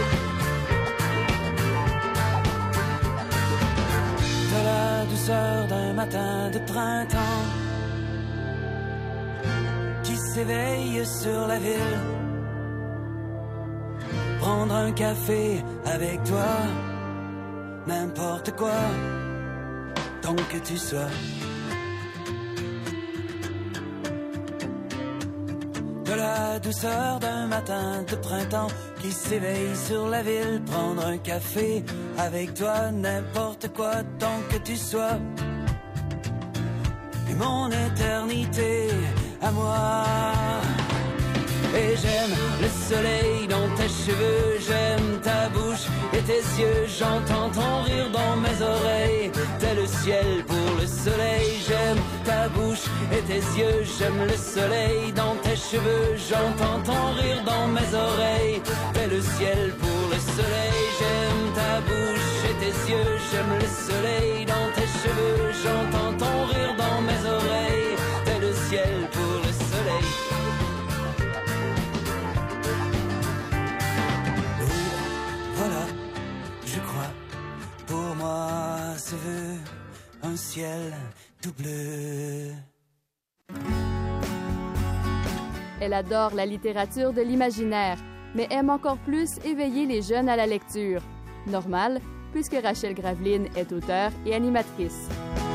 T'as la douceur d'un matin de printemps qui s'éveille sur la ville. Prendre un café avec toi, n'importe quoi, tant que tu sois. que la douceur d'un matin de printemps qui s'éveille sur la ville, prendre un café avec toi, n'importe quoi tant que tu sois. Et mon éternité à moi. Et j'aime le soleil dans tes cheveux, j'aime ta bouche et tes yeux, j'entends ton rire dans mes oreilles. T'es le ciel pour le soleil, j'aime ta bouche et tes yeux, j'aime le soleil dans tes cheveux, j'entends ton rire dans mes oreilles. T'es le ciel pour le soleil, j'aime ta bouche et tes yeux, j'aime le soleil dans tes cheveux, j'entends ton rire dans mes oreilles. T'es le ciel pour le soleil. Pour moi, se veut un ciel tout bleu. Elle adore la littérature de l'imaginaire, mais aime encore plus éveiller les jeunes à la lecture. Normal, puisque Rachel Graveline est auteure et animatrice.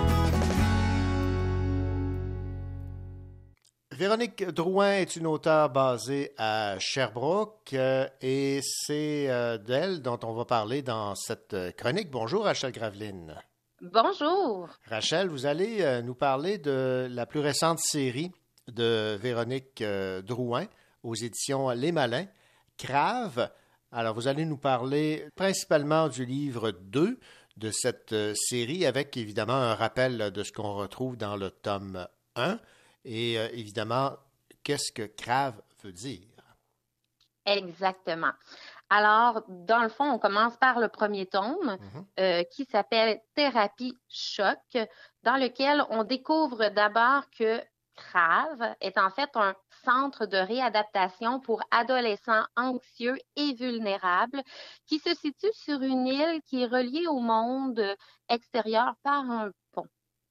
Véronique Drouin est une auteure basée à Sherbrooke et c'est d'elle dont on va parler dans cette chronique. Bonjour Rachel Graveline. Bonjour. Rachel, vous allez nous parler de la plus récente série de Véronique Drouin aux éditions Les Malins, Crave. Alors vous allez nous parler principalement du livre 2 de cette série avec évidemment un rappel de ce qu'on retrouve dans le tome 1. Et évidemment, qu'est-ce que Crave veut dire? Exactement. Alors, dans le fond, on commence par le premier tome qui s'appelle Thérapie Choc, dans lequel on découvre d'abord que Crave est en fait un centre de réadaptation pour adolescents anxieux et vulnérables qui se situe sur une île qui est reliée au monde extérieur par un pont.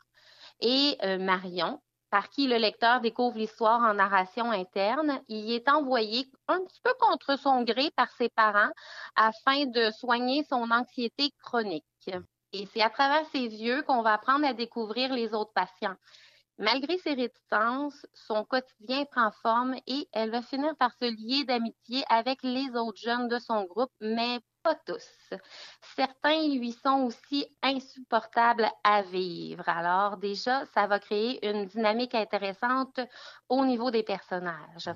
Et Marion, par qui le lecteur découvre l'histoire en narration interne, y est envoyé un petit peu contre son gré par ses parents afin de soigner son anxiété chronique. Et c'est à travers ses yeux qu'on va apprendre à découvrir les autres patients. Malgré ses réticences, son quotidien prend forme et elle va finir par se lier d'amitié avec les autres jeunes de son groupe, mais pas tous. Certains lui sont aussi insupportables à vivre. Alors déjà, ça va créer une dynamique intéressante au niveau des personnages.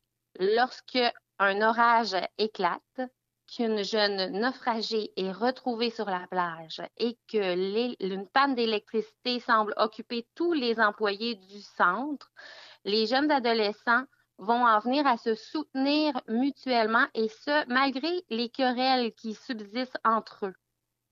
Lorsque un orage éclate, qu'une jeune naufragée est retrouvée sur la plage et que une panne d'électricité semble occuper tous les employés du centre, les jeunes adolescents vont en venir à se soutenir mutuellement et ce, malgré les querelles qui subsistent entre eux.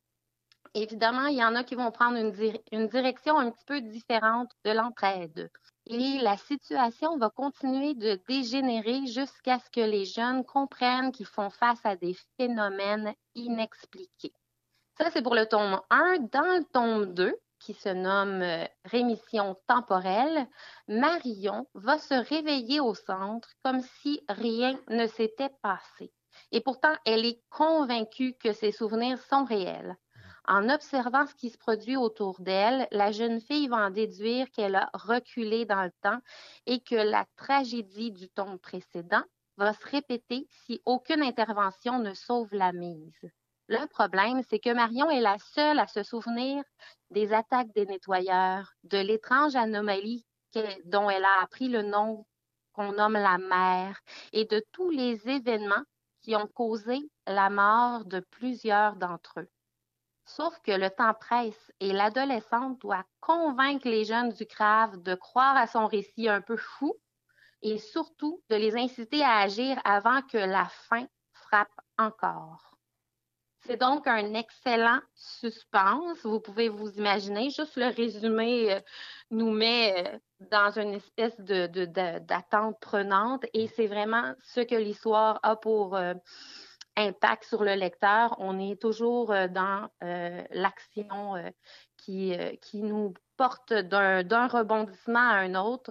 Évidemment, il y en a qui vont prendre une direction un petit peu différente de l'entraide. Et la situation va continuer de dégénérer jusqu'à ce que les jeunes comprennent qu'ils font face à des phénomènes inexpliqués. Ça, c'est pour le tome 1. Dans le tome 2, qui se nomme Rémission temporelle, Marion va se réveiller au centre comme si rien ne s'était passé. Et pourtant, elle est convaincue que ses souvenirs sont réels. En observant ce qui se produit autour d'elle, la jeune fille va en déduire qu'elle a reculé dans le temps et que la tragédie du tome précédent va se répéter si aucune intervention ne sauve la mise. Le problème, c'est que Marion est la seule à se souvenir des attaques des nettoyeurs, de l'étrange anomalie dont elle a appris le nom qu'on nomme la mère et de tous les événements qui ont causé la mort de plusieurs d'entre eux. Sauf que le temps presse et l'adolescente doit convaincre les jeunes du Crave de croire à son récit un peu fou et surtout de les inciter à agir avant que la fin frappe encore. C'est donc un excellent suspense. Vous pouvez vous imaginer, juste le résumé nous met dans une espèce d'attente prenante et c'est vraiment ce que l'histoire a pour impact sur le lecteur. On est toujours dans l'action qui nous porte d'un rebondissement à un autre.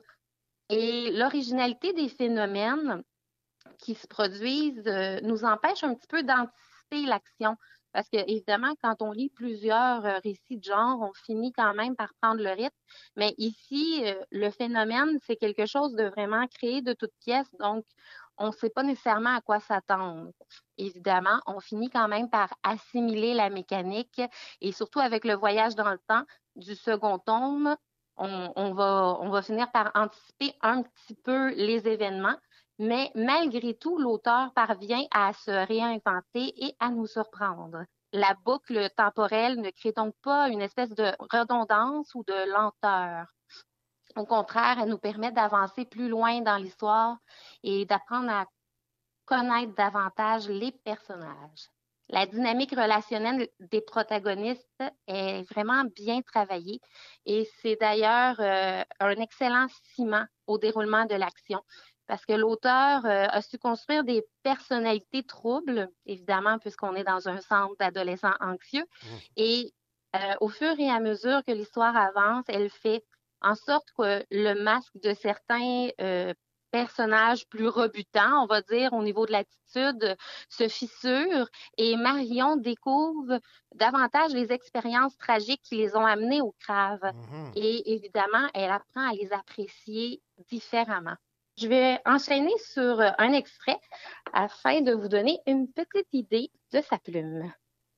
Et l'originalité des phénomènes qui se produisent nous empêche un petit peu d'anticiper l'action Parce que, évidemment, quand on lit plusieurs récits de genre, on finit quand même par prendre le rythme. Mais ici, le phénomène, c'est quelque chose de vraiment créé de toutes pièces. Donc, on ne sait pas nécessairement à quoi s'attendre. Évidemment, on finit quand même par assimiler la mécanique et surtout avec le voyage dans le temps du second tome, on va finir par anticiper un petit peu les événements. Mais malgré tout, l'auteur parvient à se réinventer et à nous surprendre. La boucle temporelle ne crée donc pas une espèce de redondance ou de lenteur. Au contraire, elle nous permet d'avancer plus loin dans l'histoire et d'apprendre à connaître davantage les personnages. La dynamique relationnelle des protagonistes est vraiment bien travaillée et c'est d'ailleurs un excellent ciment au déroulement de l'action. Parce que l'auteur a su construire des personnalités troubles, évidemment, puisqu'on est dans un centre d'adolescents anxieux. Et au fur et à mesure que l'histoire avance, elle fait en sorte que le masque de certains personnages plus rebutants, on va dire, au niveau de l'attitude, se fissure. Et Marion découvre davantage les expériences tragiques qui les ont amenés au crave. Et évidemment, elle apprend à les apprécier différemment. Je vais enchaîner sur un extrait afin de vous donner une petite idée de sa plume.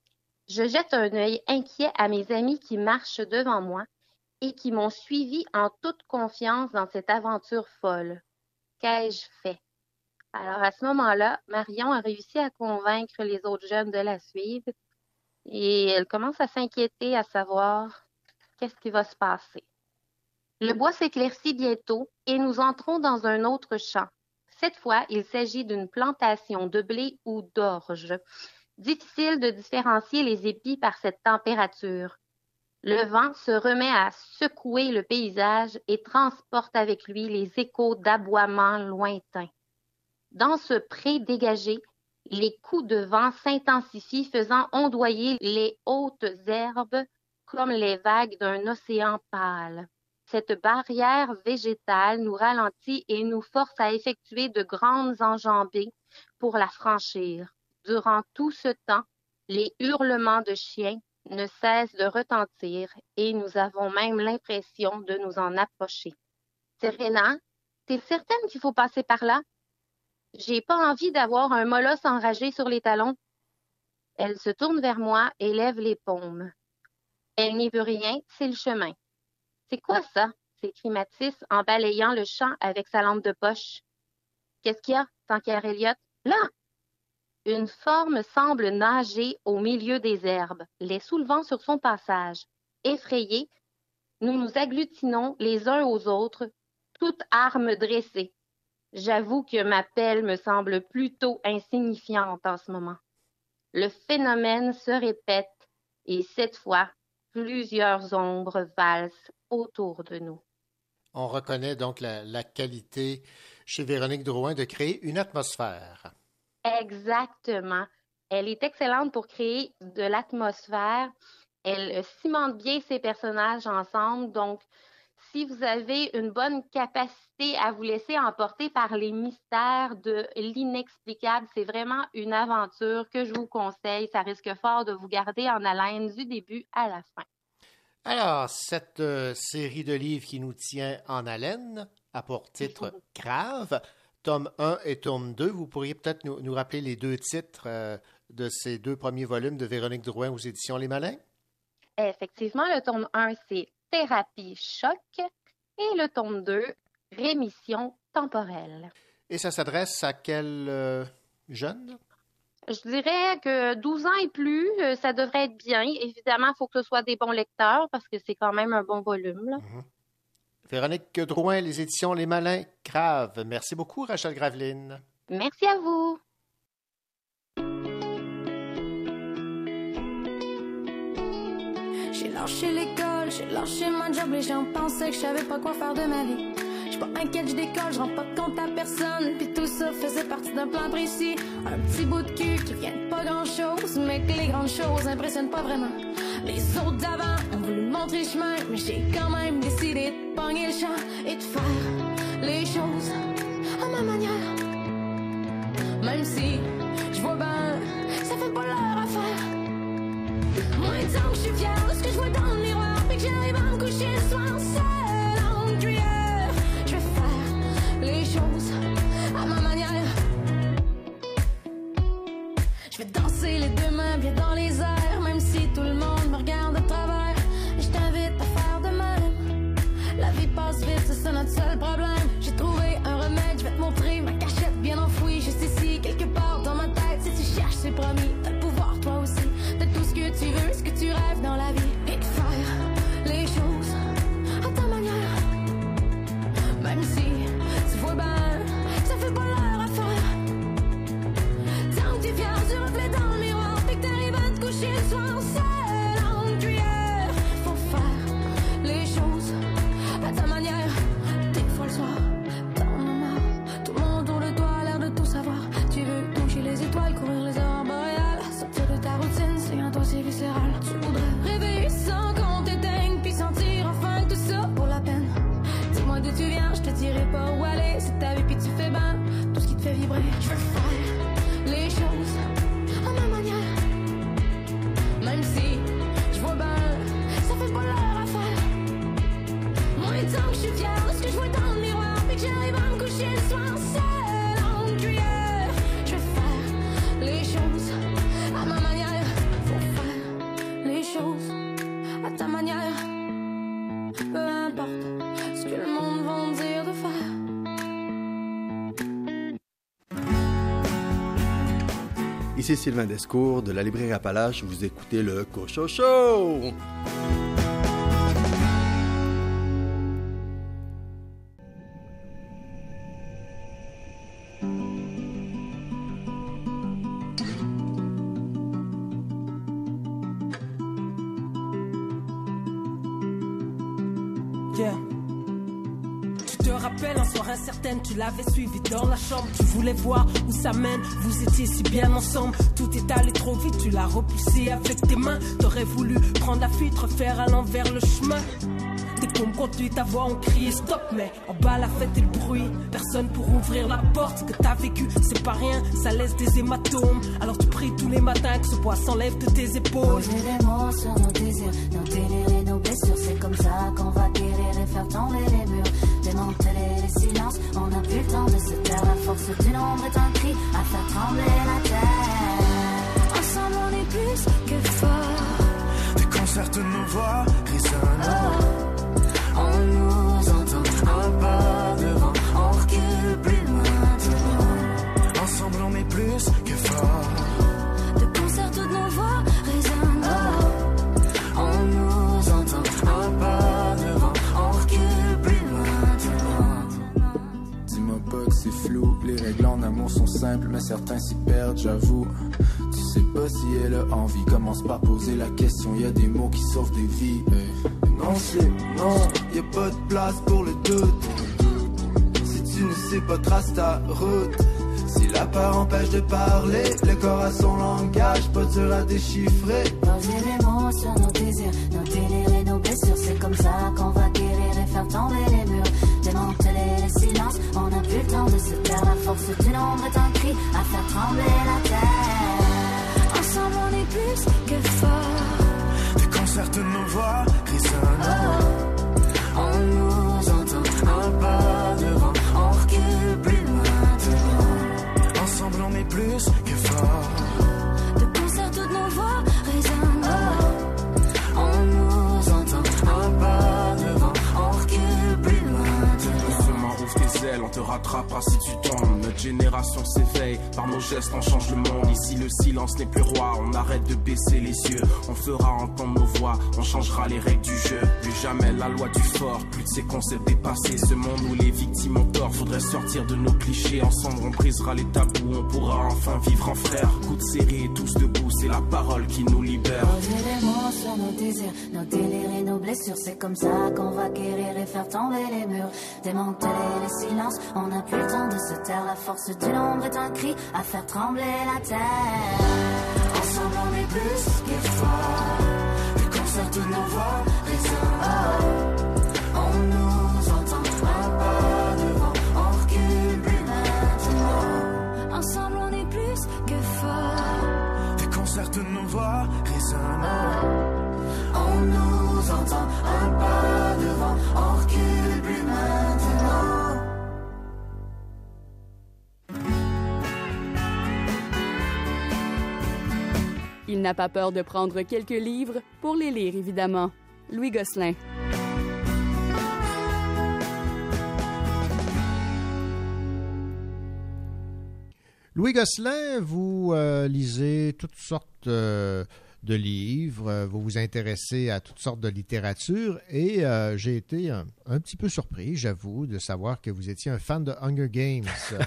Je jette un œil inquiet à mes amis qui marchent devant moi et qui m'ont suivi en toute confiance dans cette aventure folle. Qu'ai-je fait? Alors, à ce moment-là, Marion a réussi à convaincre les autres jeunes de la suivre et elle commence à s'inquiéter à savoir qu'est-ce qui va se passer. Le bois s'éclaircit bientôt et nous entrons dans un autre champ. Cette fois, il s'agit d'une plantation de blé ou d'orge. Difficile de différencier les épis par cette température. Le vent se remet à secouer le paysage et transporte avec lui les échos d'aboiements lointains. Dans ce pré dégagé, les coups de vent s'intensifient, faisant ondoyer les hautes herbes comme les vagues d'un océan pâle. Cette barrière végétale nous ralentit et nous force à effectuer de grandes enjambées pour la franchir. Durant tout ce temps, les hurlements de chiens ne cessent de retentir et nous avons même l'impression de nous en approcher. Serena, t'es certaine qu'il faut passer par là? J'ai pas envie d'avoir un molosse enragé sur les talons. Elle se tourne vers moi et lève les paumes. Elle n'y veut rien, c'est le chemin. C'est quoi ça? S'écrie Mathis en balayant le champ avec sa lampe de poche. Qu'est-ce qu'il y a? S'enquiert Elliot. Là! Une forme semble nager au milieu des herbes, les soulevant sur son passage. Effrayés, nous nous agglutinons les uns aux autres, toutes armes dressées. J'avoue que ma pelle me semble plutôt insignifiante en ce moment. Le phénomène se répète et cette fois, plusieurs ombres valsent autour de nous. On reconnaît donc la qualité chez Véronique Drouin de créer une atmosphère. Exactement. Elle est excellente pour créer de l'atmosphère. Elle cimente bien ses personnages ensemble. Donc, si vous avez une bonne capacité à vous laisser emporter par les mystères de l'inexplicable, c'est vraiment une aventure que je vous conseille. Ça risque fort de vous garder en haleine du début à la fin. Alors, cette série de livres qui nous tient en haleine a pour titre Crave, tome 1 et tome 2. Vous pourriez peut-être nous rappeler les deux titres de ces deux premiers volumes de Véronique Drouin aux éditions Les Malins? Effectivement, le tome 1, c'est Thérapie Choc et le tome 2, Rémission temporelle. Et ça s'adresse à quel jeune? Je dirais que 12 ans et plus, ça devrait être bien. Évidemment, il faut que ce soit des bons lecteurs parce que c'est quand même un bon volume. Là. Véronique Drouin, les éditions Les Malins, Crave. Merci beaucoup, Rachel Graveline. Merci à vous. J'ai lâché l'école, j'ai lâché mon job, les gens pensaient que je savais pas quoi faire de ma vie. J'suis pas inquiète, j'décolle, j'rends pas compte à personne. Puis tout ça faisait partie d'un plan précis. Un petit bout de cul qui vient de pas grand chose, mais que les grandes choses impressionnent pas vraiment. Les autres d'avant ont voulu montrer chemin, mais j'ai quand même décidé de pogner le champ et de faire les choses à ma manière. Même si j'vois ben, ça fait pas leur affaire. Moi, tant que je suis fière de ce que je vois dans le miroir, puis que j'arrive à me coucher le soir seule en cuillère, je vais faire les choses à ma manière. Je vais danser les deux mains bien dans les airs, même si tout le monde me regarde de travers. Et je t'invite à faire de même. La vie passe vite, c'est ça notre seul problème. J'ai trouvé un remède, je vais te montrer ma cachette bien enfouie, juste ici, quelque part dans ma tête. Si tu cherches, c'est promis, t'as le pouvoir toi aussi de tout ce que tu veux, ce que tu rêves dans la vie. Et de faire les choses à ta manière. Même si tu vois ben, ça fait pas l'heure à faire. Tant que tu viens du reflet dans le miroir, puis que t'arrives à te coucher le soir seul en cuillère. Faut faire les choses à ta manière. Des fois le soir, t'en as marre. Tout le monde autour de toi a l'air de tout savoir. Tu veux toucher les étoiles, courir les aurores boréales, sortir de ta routine, c'est en toi c'est viscéral. Tu voudrais rêver sans qu'on t'éteigne, puis sentir enfin que tout ça vaut la peine. Dis-moi d'où tu viens, je te dirai pas où aller. C'est ta vie puis tu fais ben tout ce qui te fait vibrer. Je veux faire les choses à ma manière. Même si je vois ben, ça fait pas l'heure à faire. Moi tant que je suis fière de ce que je vois dans le miroir, puis que j'arrive à me coucher le soir seule en cuillère, je vais faire les choses à ma manière. Faut faire les choses à ta manière. Peu importe ce que le monde va me dire de faire. Ici Sylvain Descours de la librairie Appalache. Vous écoutez le Cochocho. Yeah. Tu te rappelles, un soir incertaine, tu l'avais suivi dans la chambre. Tu voulais voir où ça mène, vous étiez si bien ensemble. Tout est allé trop vite, tu l'as repoussé avec tes mains. T'aurais voulu prendre la fuite, refaire à l'envers le chemin. Dès qu'on conduit ta voix, on criait stop, mais en bas la fête et le bruit, personne pour ouvrir la porte. Ce que t'as vécu, c'est pas rien, ça laisse des hématomes. Alors tu pries tous les matins que ce poids s'enlève de tes épaules. Poser des mots sur nos désirs, nos délires et nos blessures. C'est comme ça qu'on va guérir et faire tomber les murs. Démanteler les silences, on n'a plus le temps de se taire. La force du nombre est un cri à faire trembler la terre. Ensemble on est plus que fort. Des concerts de nos voix résonnent. On nous entend un pas devant, on recule plus loin devant. Ensemble on est plus que fort. De concert toutes nos voix résonnent. On nous entend un pas devant, on recule plus loin devant. Dis-moi pas que c'est flou, les règles en amour sont simples, mais certains s'y perdent, j'avoue. Tu sais pas si elle a envie, commence par poser la question, y a des mots qui sauvent des vies. Non c'est non, y a pas de place pour le doute. Si tu ne sais pas, trace ta route. Si la peur empêche de parler, le corps a son langage, pas dur à déchiffrer. Poser des mots sur nos désirs, nos délires et nos blessures. C'est comme ça qu'on va guérir et faire tomber les murs. Démanteler les silences, on n'a plus le temps de se taire. La force du nombre est un cri à faire trembler la terre. Ensemble on est plus que fort. Des concerts de nos voix résonnent. On nous entend un pas devant, on recule plus loin devant. Ensemble on est plus que fort. De concert toutes nos voix résonnent. On nous entend un pas devant, on recule plus loin devant. Doucement ouvre tes ailes, on te rattrapera si tu tombes. Notre génération s'éveille, par nos gestes on change le monde. Ici le silence n'est plus roi, on arrête de baisser les yeux. On fera entendre nos voix, on changera les règles du jeu. Plus jamais la loi du fort, plus de ces concepts dépassés. Ce monde où les victimes ont tort, faudrait sortir de nos clichés. Ensemble on brisera les tabous, on pourra enfin vivre en frères. Coude serré et tous debout, c'est la parole qui nous libère. Poser des mots sur nos désirs, nos délires et nos blessures. C'est comme ça qu'on va guérir et faire tomber les murs. Démanteler les silences, on n'a plus le temps de se taire. La force du nombre est un cri à faire trembler la terre. Ensemble on est plus que fort. Des concerts de nos voix résonnent. On nous entend un pas devant, on recule plus maintenant. Ensemble on est plus que fort. Des concerts de nos voix résonnent. Il n'a pas peur de prendre quelques livres pour les lire, évidemment. Louis Gosselin. Louis Gosselin, vous lisez toutes sortes de livres, vous vous intéressez à toutes sortes de littérature et j'ai été un petit peu surpris, j'avoue, de savoir que vous étiez un fan de Hunger Games.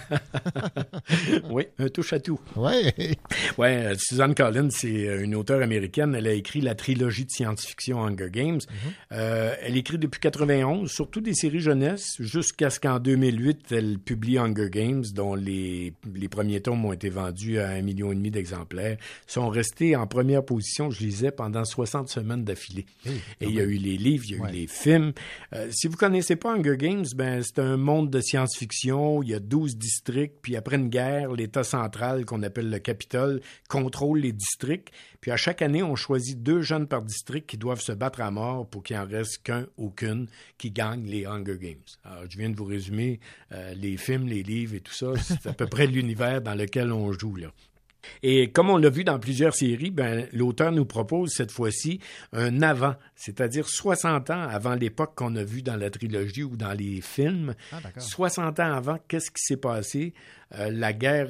Oui, un touche-à-tout. Oui. Ouais, Suzanne Collins, c'est une auteure américaine. Elle a écrit la trilogie de science-fiction Hunger Games. Elle écrit depuis 91, surtout des séries jeunesse, jusqu'à ce qu'en 2008, elle publie Hunger Games, dont les premiers tomes ont été vendus à 1,5 million d'exemplaires. Ils sont restés en première position, je lisais, pendant 60 semaines d'affilée. Et il y a eu les livres, il y a eu les films. Si vous connaissez pas Hunger Games, ben c'est un monde de science-fiction. Il y a 12 districts, puis après une guerre, l'État central, qu'on appelle le Capitole, contrôle les districts. Puis à chaque année, on choisit 2 jeunes par district qui doivent se battre à mort pour qu'il en reste qu'un ou qu'une qui gagne les Hunger Games. Alors, je viens de vous résumer les films, les livres et tout ça. C'est à peu près l'univers dans lequel on joue, là. Et comme on l'a vu dans plusieurs séries, ben, l'auteur nous propose cette fois-ci un avant, c'est-à-dire 60 ans avant l'époque qu'on a vue dans la trilogie ou dans les films. 60 ans avant, qu'est-ce qui s'est passé? La guerre,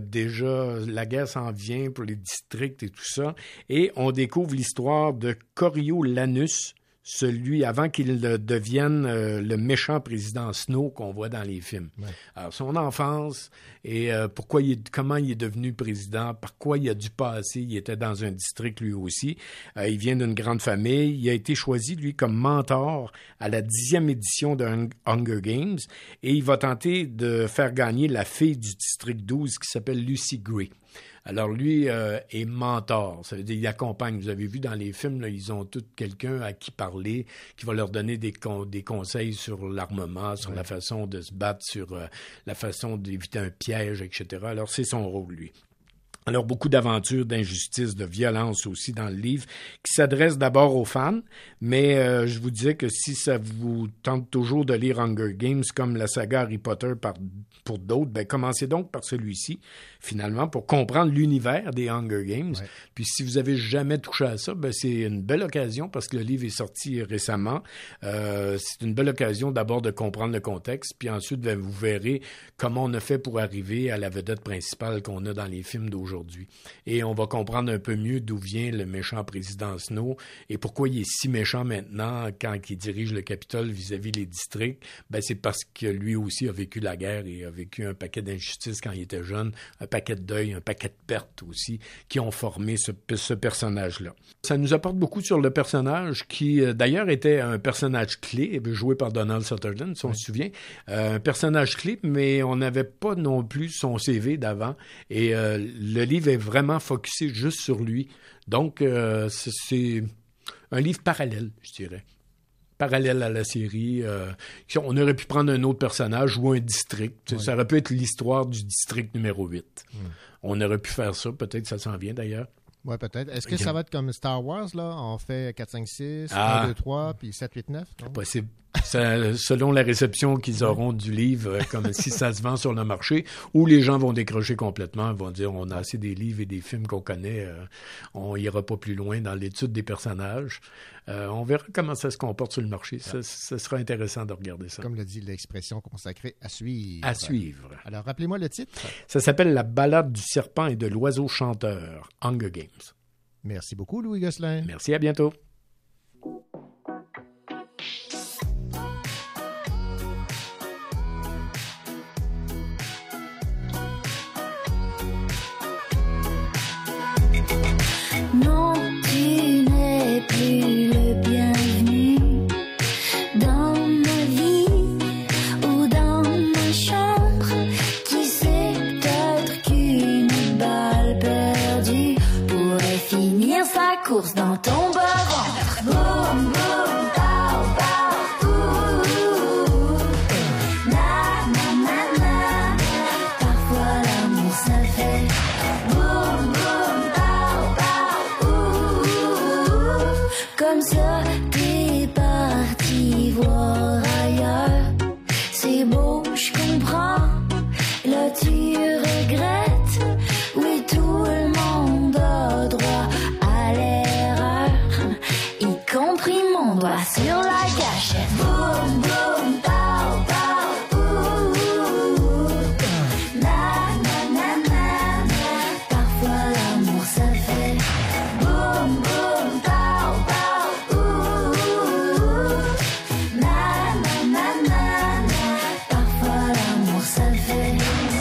la guerre s'en vient pour les districts et tout ça. Et on découvre l'histoire de Coriolanus, celui avant qu'il devienne le méchant président Snow qu'on voit dans les films. Ouais. Alors, son enfance et comment il est devenu président, par quoi il a dû passer. Il était dans un district lui aussi. Il vient d'une grande famille. Il a été choisi, lui, comme mentor à la 10e édition de Hunger Games et il va tenter de faire gagner la fille du district 12 qui s'appelle Lucy Gray. Alors, lui est mentor. Ça veut dire qu'il accompagne. Vous avez vu dans les films, là, ils ont tous quelqu'un à qui parler, qui va leur donner des conseils sur l'armement, sur la façon de se battre, sur la façon d'éviter un piège, etc. Alors, c'est son rôle, lui. Alors, beaucoup d'aventures, d'injustices, de violence aussi dans le livre, qui s'adresse d'abord aux fans, mais je vous disais que si ça vous tente toujours de lire Hunger Games comme la saga Harry Potter pour d'autres, ben commencez donc par celui-ci, finalement, pour comprendre l'univers des Hunger Games. Ouais. Puis si vous avez jamais touché à ça, ben c'est une belle occasion, parce que le livre est sorti récemment. C'est une belle occasion d'abord de comprendre le contexte, puis ensuite, ben, vous verrez comment on a fait pour arriver à la vedette principale qu'on a dans les films d'aujourd'hui. Et on va comprendre un peu mieux d'où vient le méchant président Snow et pourquoi il est si méchant maintenant quand il dirige le Capitole vis-à-vis les districts. Ben, c'est parce que lui aussi a vécu la guerre et a vécu un paquet d'injustices quand il était jeune, un paquet de deuil, un paquet de pertes aussi, qui ont formé ce personnage-là. Ça nous apporte beaucoup sur le personnage qui, d'ailleurs, était un personnage clé, joué par Donald Sutherland, si on se souvient. Un personnage clé, mais on n'avait pas non plus son CV d'avant. Et le livre est vraiment focusé juste sur lui. Donc, c'est un livre parallèle, je dirais. Parallèle à la série. On aurait pu prendre un autre personnage ou un district. Ça aurait pu être l'histoire du district numéro 8. On aurait pu faire ça. Peut-être ça s'en vient d'ailleurs. Oui, peut-être. Est-ce que ça va être comme Star Wars, là? On fait 4, 5, 6, 1, 2, 3, puis 7, 8, 9? Non? Possible. Selon la réception qu'ils auront du livre, comme si ça se vend sur le marché, ou les gens vont décrocher complètement, vont dire on a assez des livres et des films qu'on connaît, on ira pas plus loin dans l'étude des personnages. On verra comment ça se comporte sur le marché. Ça sera intéressant de regarder ça. Comme le dit l'expression consacrée, à suivre. À suivre. Alors, rappelez-moi le titre. Ça s'appelle La balade du serpent et de l'oiseau chanteur, Hunger Games. Merci beaucoup, Louis Gosselin. Merci, à bientôt. Non, tu n'es plus le bienvenu dans ma vie ou dans ma chambre. Qui sait, peut-être qu'une balle perdue pourrait finir sa course dans ton bas. ton doigt sur la gâchette. Boum, boum, pow, pow, ouh, ouh, ouh. Na, na, na, na, na. Parfois l'amour ça fait boum, boum, pow, pow, ouh, ouh, ouh. Na, na, na, na, na. Parfois l'amour ça fait.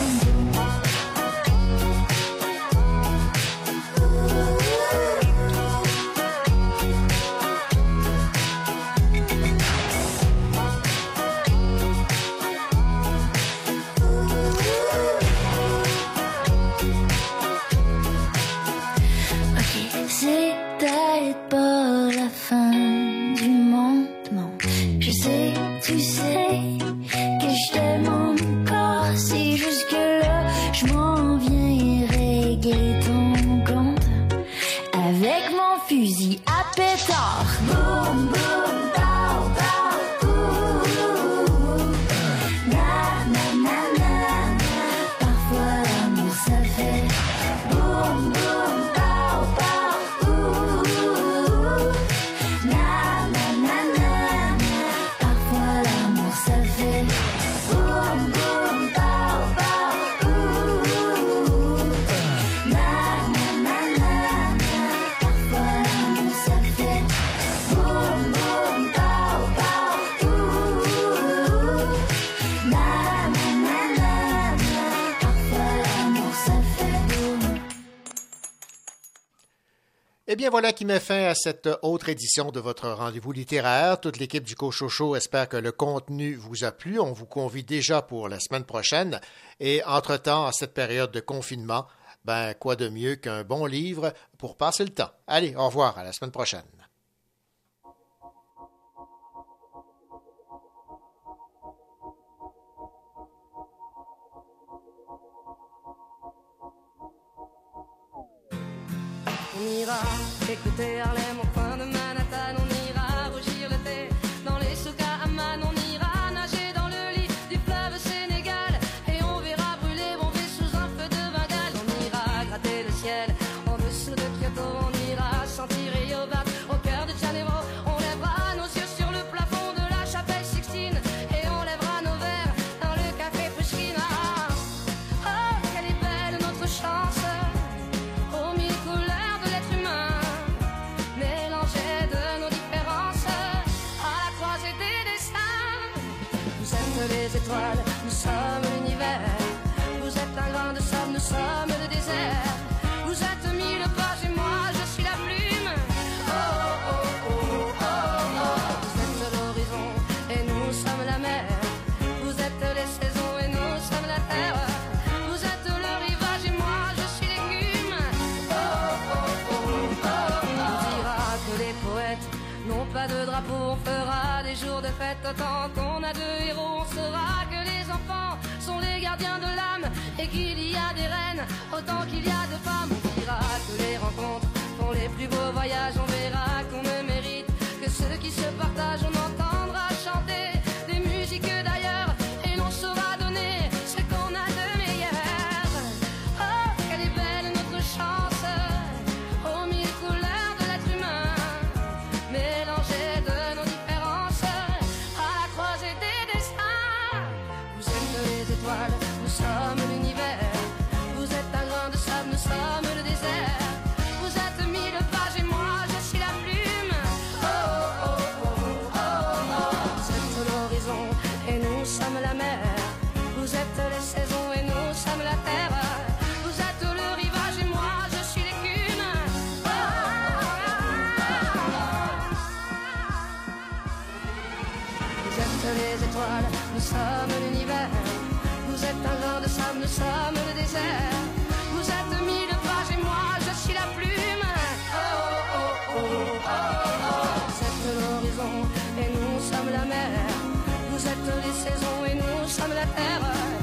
C'est peut-être pas la fin du monde, non. Je sais, tu sais que je t'aime encore. C'est juste que là, je m'en viens régler ton compte avec mon fusil à pétard. Boum, boum, pow, pow, ouh, ouh, ouh. Na, na, na, na, na. Parfois l'amour ça fait boum, boum. Eh bien, voilà qui met fin à cette autre édition de votre rendez-vous littéraire. Toute l'équipe du Cochocho espère que le contenu vous a plu. On vous convie déjà pour la semaine prochaine. Et entre-temps, en cette période de confinement, quoi de mieux qu'un bon livre pour passer le temps. Allez, au revoir, à la semaine prochaine. On ira écouter Harlem au coin de Manhattan, on ira rougir le thé dans les souks à Amman, on ira nager dans le lit du fleuve Sénégal et on verra brûler bomber sous un feu de Bengale. On ira gratter le ciel en dessous de Kyoto, on ira sentir Rio battre au cœur de Janeiro, on lèvera nos yeux sur le plafond de la chapelle Sixtine et on lèvera nos verres dans le café Pushkin. Oh, quelle est belle notre chance aux mille couleurs de l'être humain, mélangées de nos différences à la croisée des destins. Vous êtes les étoiles, nous sommes l'univers. Vous êtes un grain de sable, nous sommes le désert. Vous êtes mille pages et moi je suis la plume. Oh oh oh oh oh oh. Vous êtes l'horizon et nous sommes la mer. Vous êtes les saisons et nous sommes la terre. Vous êtes le rivage et moi je suis l'écume. Oh oh oh oh oh. On dira que les poètes n'ont pas de drapeau, on fera des jours de fête autant qu'on a de héros. On saura que les enfants sont les gardiens de l'âme et qu'il y a des reines autant qu'il y a de femmes. On dira que les rencontres font les plus beaux voyages. On verra qu'on ne mérite que ceux qui se partagent. On entendra chanter des musiques d'ailleurs et l'on saura donner ce qu'on a de meilleur. Oh, quelle est belle notre chance aux mille couleurs de l'être humain, mélangées de nos différences à la croisée des destins. Vous êtes les étoiles, nous sommes l'univers. Vous êtes un grain de sable, nous sommes le désert. Vous êtes mille pages et moi je suis la plume. Oh oh oh oh oh oh. Vous êtes l'horizon et nous sommes la mer. Vous êtes les saisons et nous sommes la terre. Vous êtes le rivage et moi je suis l'écume. Oh, oh, oh, oh. Vous êtes les étoiles, nous sommes l'univers. Vous êtes un grain de sable, nous sommes le désert. Vous êtes mille pages et moi je suis la plume. Oh oh oh oh oh. Vous êtes l'horizon et nous sommes la mer. Vous êtes les saisons et nous sommes la terre.